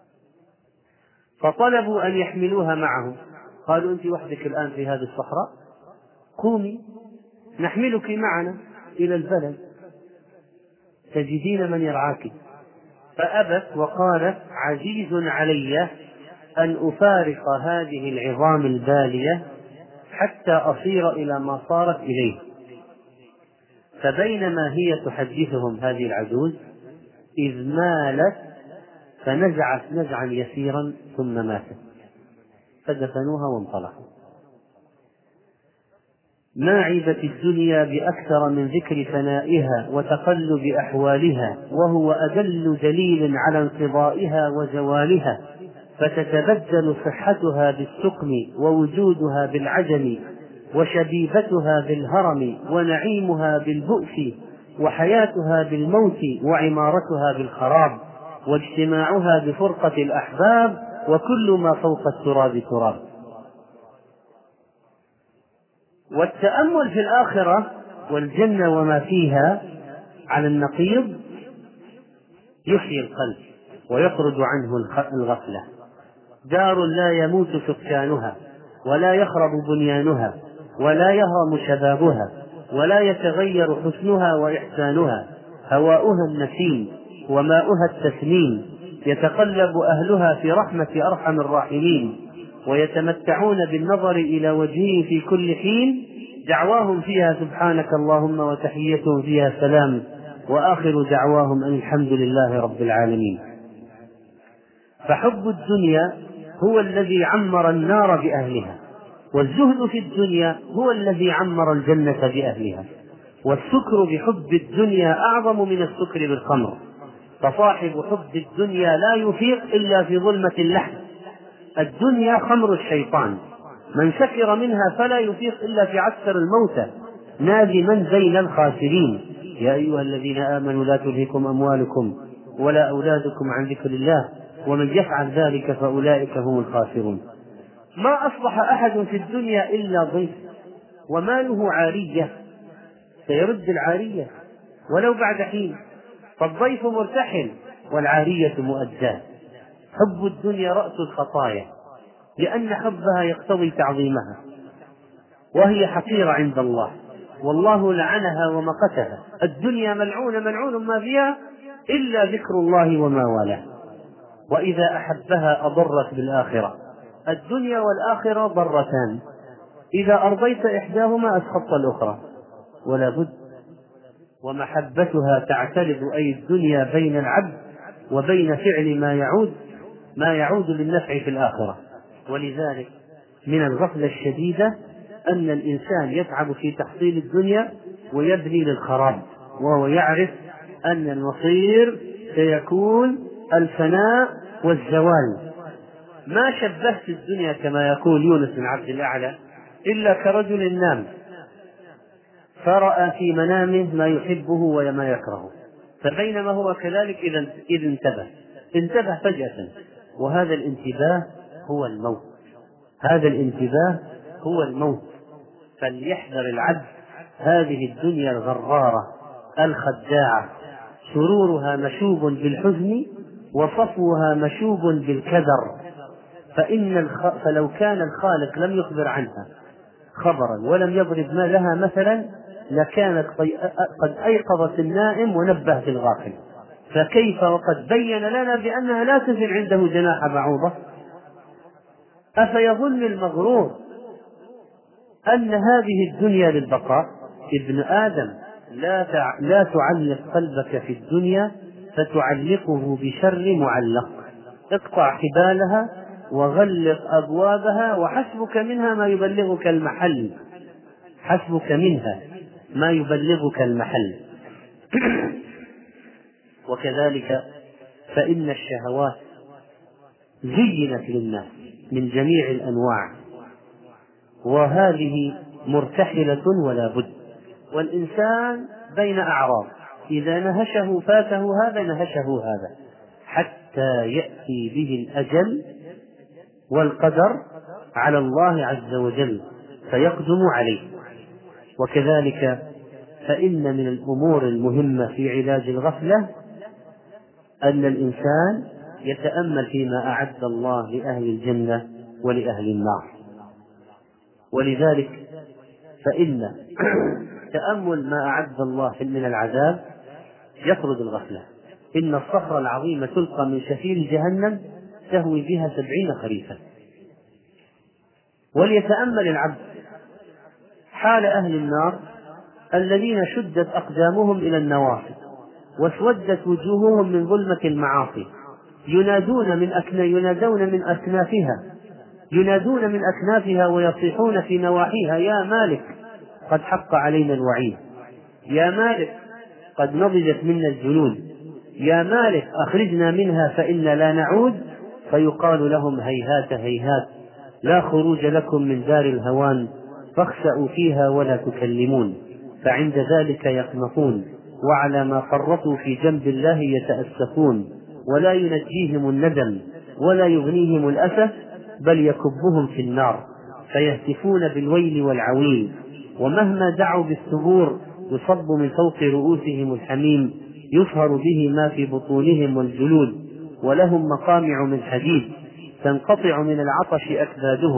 [SPEAKER 1] فطلبوا أن يحملوها معهم. قالوا أنت وحدك الآن في هذه الصحراء قومي نحملك معنا إلى البلد تجدين من يرعاك. فأبت وقالت عزيز علي أن أفارق هذه العظام البالية حتى أصير إلى ما صارت إليه. فبينما هي تحدثهم هذه العجوز إذ مالت فنزعت نزعا يسيرا ثم ماتت فدفنوها وانطلقوا. ما عيبت الدنيا بأكثر من ذكر فنائها وتقلب أحوالها وهو أدل دليل على انقضائها وزوالها. فتتبدل صحتها بالسقم ووجودها بالعجم وشبيبتها بالهرم ونعيمها بالبؤس وحياتها بالموت وعمارتها بالخراب واجتماعها بفرقة الأحباب وكل ما فوق التراب تراب. والتأمل في الآخرة والجنة وما فيها على النقيض يحيي القلب ويخرج عنه الغفلة. دار لا يموت سكانها ولا يخرب بنيانها، ولا يهرم شبابها، ولا يتغير حسنها وإحسانها، هواؤها النسيم وماؤها التسنيم، يتقلب أهلها في رحمة أرحم الراحمين، ويتمتعون بالنظر إلى وجهه في كل حين، دعواهم فيها سبحانك اللهم وتحيتهم فيها سلام، وآخر دعواهم أن الحمد لله رب العالمين. فحب الدنيا هو الذي عمر النار بأهلها، والزهد في الدنيا هو الذي عمر الجنة بأهلها، والسكر بحب الدنيا أعظم من السكر بالخمر، فصاحب حب الدنيا لا يفيق إلا في ظلمة اللحم. الدنيا خمر الشيطان، من سكر منها فلا يفيق إلا في عسكر الموتى نادما بين الخاسرين. يا أيها الذين آمنوا لا تلهكم أموالكم ولا أولادكم عن ذكر الله ومن يفعل ذلك فأولئك هم الخاسرون. ما أصبح أحد في الدنيا إلا ضيف، وماله عارية سيرد العارية ولو بعد حين، فالضيف مرتحل والعارية مؤداة. حب الدنيا رأس الخطايا، لأن حبها يقتضي تعظيمها، وهي حقيرة عند الله، والله لعنها ومقتها. الدنيا ملعونة ملعون ما فيها إلا ذكر الله وما والاه. وإذا أحبها أضرت بالآخرة. الدنيا والآخرة ضرتان، إذا أرضيت إحداهما أسخطت الأخرى، ولا بد. ومحبتها تعتلب أي الدنيا بين العبد وبين فعل ما يعود ما يعود للنفع في الآخرة. ولذلك من الغفلة الشديدة أن الإنسان يتعب في تحصيل الدنيا ويبني للخراب، وهو يعرف أن المصير سيكون الفناء والزوال. ما شبهت الدنيا كما يقول يونس بن عبد الأعلى إلا كرجل نام فرأى في منامه ما يحبه وما يكرهه، فبينما هو كذلك إذ انتبه انتبه فجأة، وهذا الانتباه هو الموت. هذا الانتباه هو الموت. فليحذر العبد هذه الدنيا الغرارة الخداعة، سرورها مشوب بالحزن وصفوها مشوب بالكدر. فإن الخ... فلو كان الخالق لم يخبر عنها خبرا ولم يضرب ما لها مثلا لكانت قد أيقظت النائم ونبهت الغافل، فكيف وقد بين لنا بأنها لا تزن عنده جناح بعوضة. أفيظن المغرور أن هذه الدنيا للبقاء؟ ابن آدم لا, تع... لا تعلق قلبك في الدنيا فتعلقه بشر معلق. اقطع حبالها وغلق أبوابها، وحسبك منها ما يبلغك المحل. حسبك منها ما يبلغك المحل. وكذلك فإن الشهوات زينت للناس من جميع الأنواع، وهذه مرتحلة ولا بد. والإنسان بين أعراض، إذا نهشه فاته هذا نهشه هذا، حتى يأتي به الأجل والقدر على الله عز وجل فيقدم عليه. وكذلك فإن من الأمور المهمة في علاج الغفلة أن الإنسان يتأمل فيما أعد الله لأهل الجنة ولأهل النار. ولذلك فإن تأمل ما أعد الله من العذاب يطرد الغفلة. إن الصخرة العظيمة تلقى من شفير جهنم تهوي بها سبعين خريفا. وليتأمل العبد حال أهل النار الذين شدت أقدامهم إلى النواصي واسودت وجوههم من ظلمة المعاصي، ينادون من أكنا ينادون من أكنافها ينادون من أكنافها ويصيحون في نواحيها: يا مالك قد حق علينا الوعيد، يا مالك قد نضجت منا الجنود، يا مالك أخرجنا منها فإنا لا نعود. فيقال لهم: هيهات هيهات، لا خروج لكم من دار الهوان، فاخسأوا فيها ولا تكلمون. فعند ذلك يقنطون، وعلى ما فرطوا في جنب الله يتأسفون، ولا ينجيهم الندم ولا يغنيهم الأسف، بل يكبهم في النار فيهتفون بالويل والعويل. ومهما دعوا بالثبور يصب من فوق رؤوسهم الحميم يصهر به ما في بطونهم والجلود، ولهم مقامع من حديد تنقطع من العطش أكبادهم،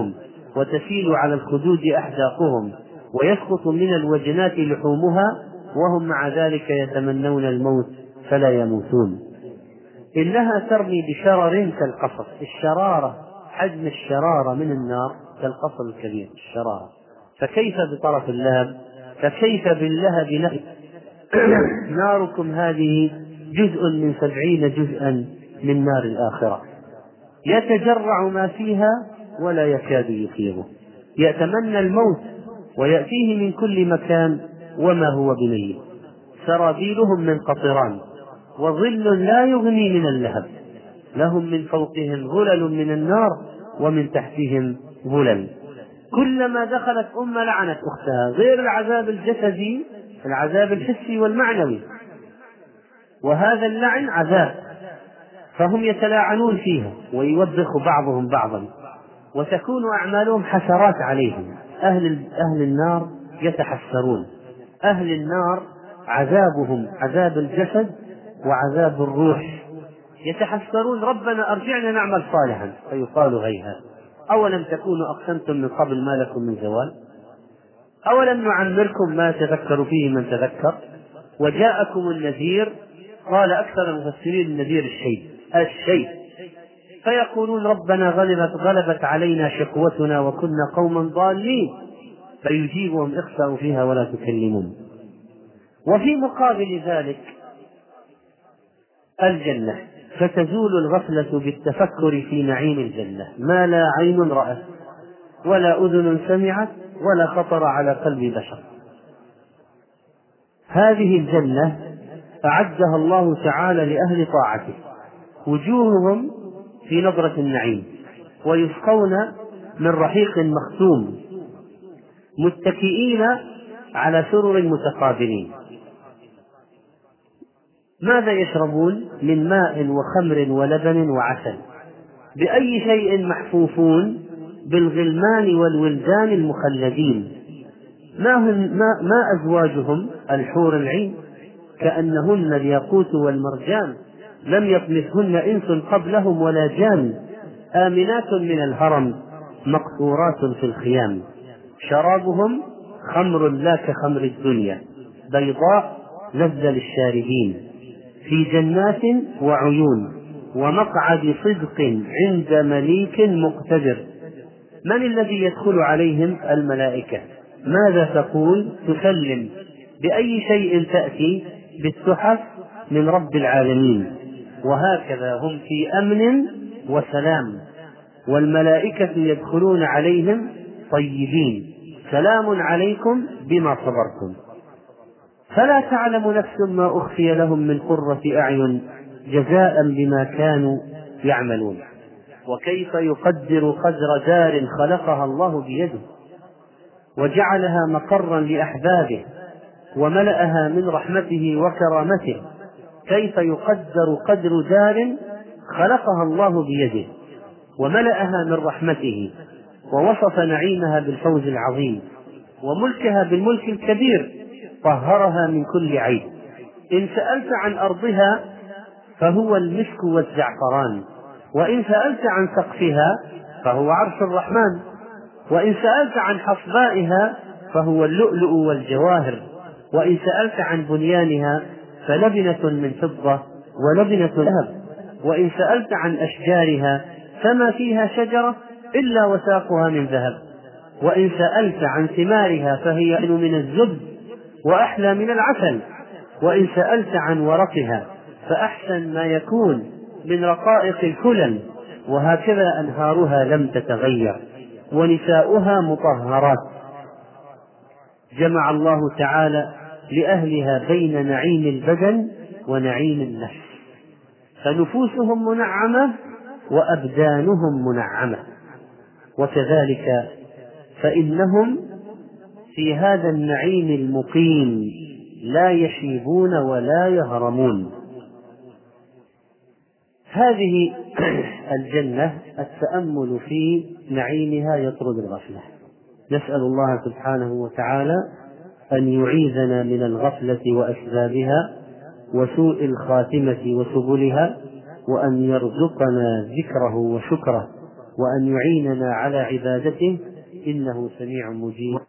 [SPEAKER 1] وتسيل على الخدود أحداقهم ويسقط من الوجنات لحومها وهم مع ذلك يتمنون الموت فلا يموتون. إنها ترمي بشرر كالقصر. الشرارة، حجم الشرارة من النار كالقصر الكبير الشرارة، فكيف بطرف اللهب؟ فكيف باللهب نفسه؟ ناركم هذه جزء من سبعين جزءا من نار الآخرة، يتجرع ما فيها ولا يكاد يفيضه، يتمنى الموت ويأتيه من كل مكان وما هو بميت. سرابيلهم من قطران وظل لا يغني من اللهب، لهم من فوقهم ظلل من النار ومن تحتهم ظلل. كلما دخلت أمة لعنت أختها، غير العذاب الجسدي، العذاب الحسي والمعنوي، وهذا اللعن عذاب، فهم يتلاعنون فيها ويوبخ بعضهم بعضا، وتكون أعمالهم حسرات عليهم. أهل, أهل النار يتحسرون، أهل النار عذابهم عذاب الجسد وعذاب الروح، يتحسرون ربنا أرجعنا نعمل صالحا، فيقال هيهات، أولم تكونوا أقسمتم من قبل ما لكم من زوال، أولم نعمركم ما تذكر فيه من تذكر وجاءكم النذير. قال أكثر المفسرين النذير الشيء الشيء فيقولون ربنا غلبت, غلبت علينا شقوتنا وكنا قوما ضالين، فيجيبهم اخسأوا فيها ولا تكلمون. وفي مقابل ذلك الجنة، فتزول الغفلة بالتفكر في نعيم الجنة، ما لا عين رأت ولا أذن سمعت ولا خطر على قلب بشر. هذه الجنة أعدها الله تعالى لأهل طاعته، وجوههم في نظرة النعيم، ويسقون من رحيق مختوم، متكئين على سرر متقابلين. ماذا يشربون؟ من ماء وخمر ولبن وعسل. بأي شيء محفوفون؟ بالغلمان والولدان المخلدين. ما, هم ما, ما أزواجهم؟ الحور العين، كأنهن الياقوت والمرجان، لم يطمثهن إنس قبلهم ولا جان، آمنات من الهرم مقصورات في الخيام. شرابهم خمر لا كخمر الدنيا، بيضاء لذة للشاربين، في جنات وعيون ومقعد صدق عند مليك مقتدر. من الذي يدخل عليهم؟ الملائكة. ماذا تقول؟ تسلم. بأي شيء تأتي؟ بالتحف من رب العالمين. وهكذا هم في أمن وسلام، والملائكة يدخلون عليهم طيبين، سلام عليكم بما صبرتم. فلا تعلم نفس ما أخفي لهم من قرة أعين جزاء بما كانوا يعملون. وكيف يقدر قدر دار خلقها الله بيده وجعلها مقرا لأحبابه وملأها من رحمته وكرامته. كيف يقدر قدر دار خلقها الله بيده وملأها من رحمته، ووصف نعيمها بالفوز العظيم وملكها بالملك الكبير، طهرها من كل عيب. إن سألت عن أرضها فهو المسك والزعفران، وإن سألت عن سقفها فهو عرش الرحمن، وإن سألت عن حصبائها فهو اللؤلؤ والجواهر، وإن سألت عن بنيانها فلبنة من فضة ولبنة ذهب، وإن سألت عن أشجارها فما فيها شجرة إلا وساقها من ذهب، وإن سألت عن ثمارها فهي من الزبد وأحلى من العسل، وإن سألت عن ورقها فأحسن ما يكون من رقائق الكلل، وهكذا أنهارها لم تتغير ونساؤها مطهرات. جمع الله تعالى لأهلها بين نعيم البدن ونعيم النفس، فنفوسهم منعمة وأبدانهم منعمة. وكذلك فإنهم في هذا النعيم المقيم لا يشيبون ولا يهرمون. هذه الجنة التأمل في نعيمها يطرد الغفلة. نسأل الله سبحانه وتعالى أن يعيذنا من الغفلة وأسبابها وسوء الخاتمة وسبلها، وأن يرزقنا ذكره وشكره، وأن يعيننا على عبادته، إنه سميع مجيب.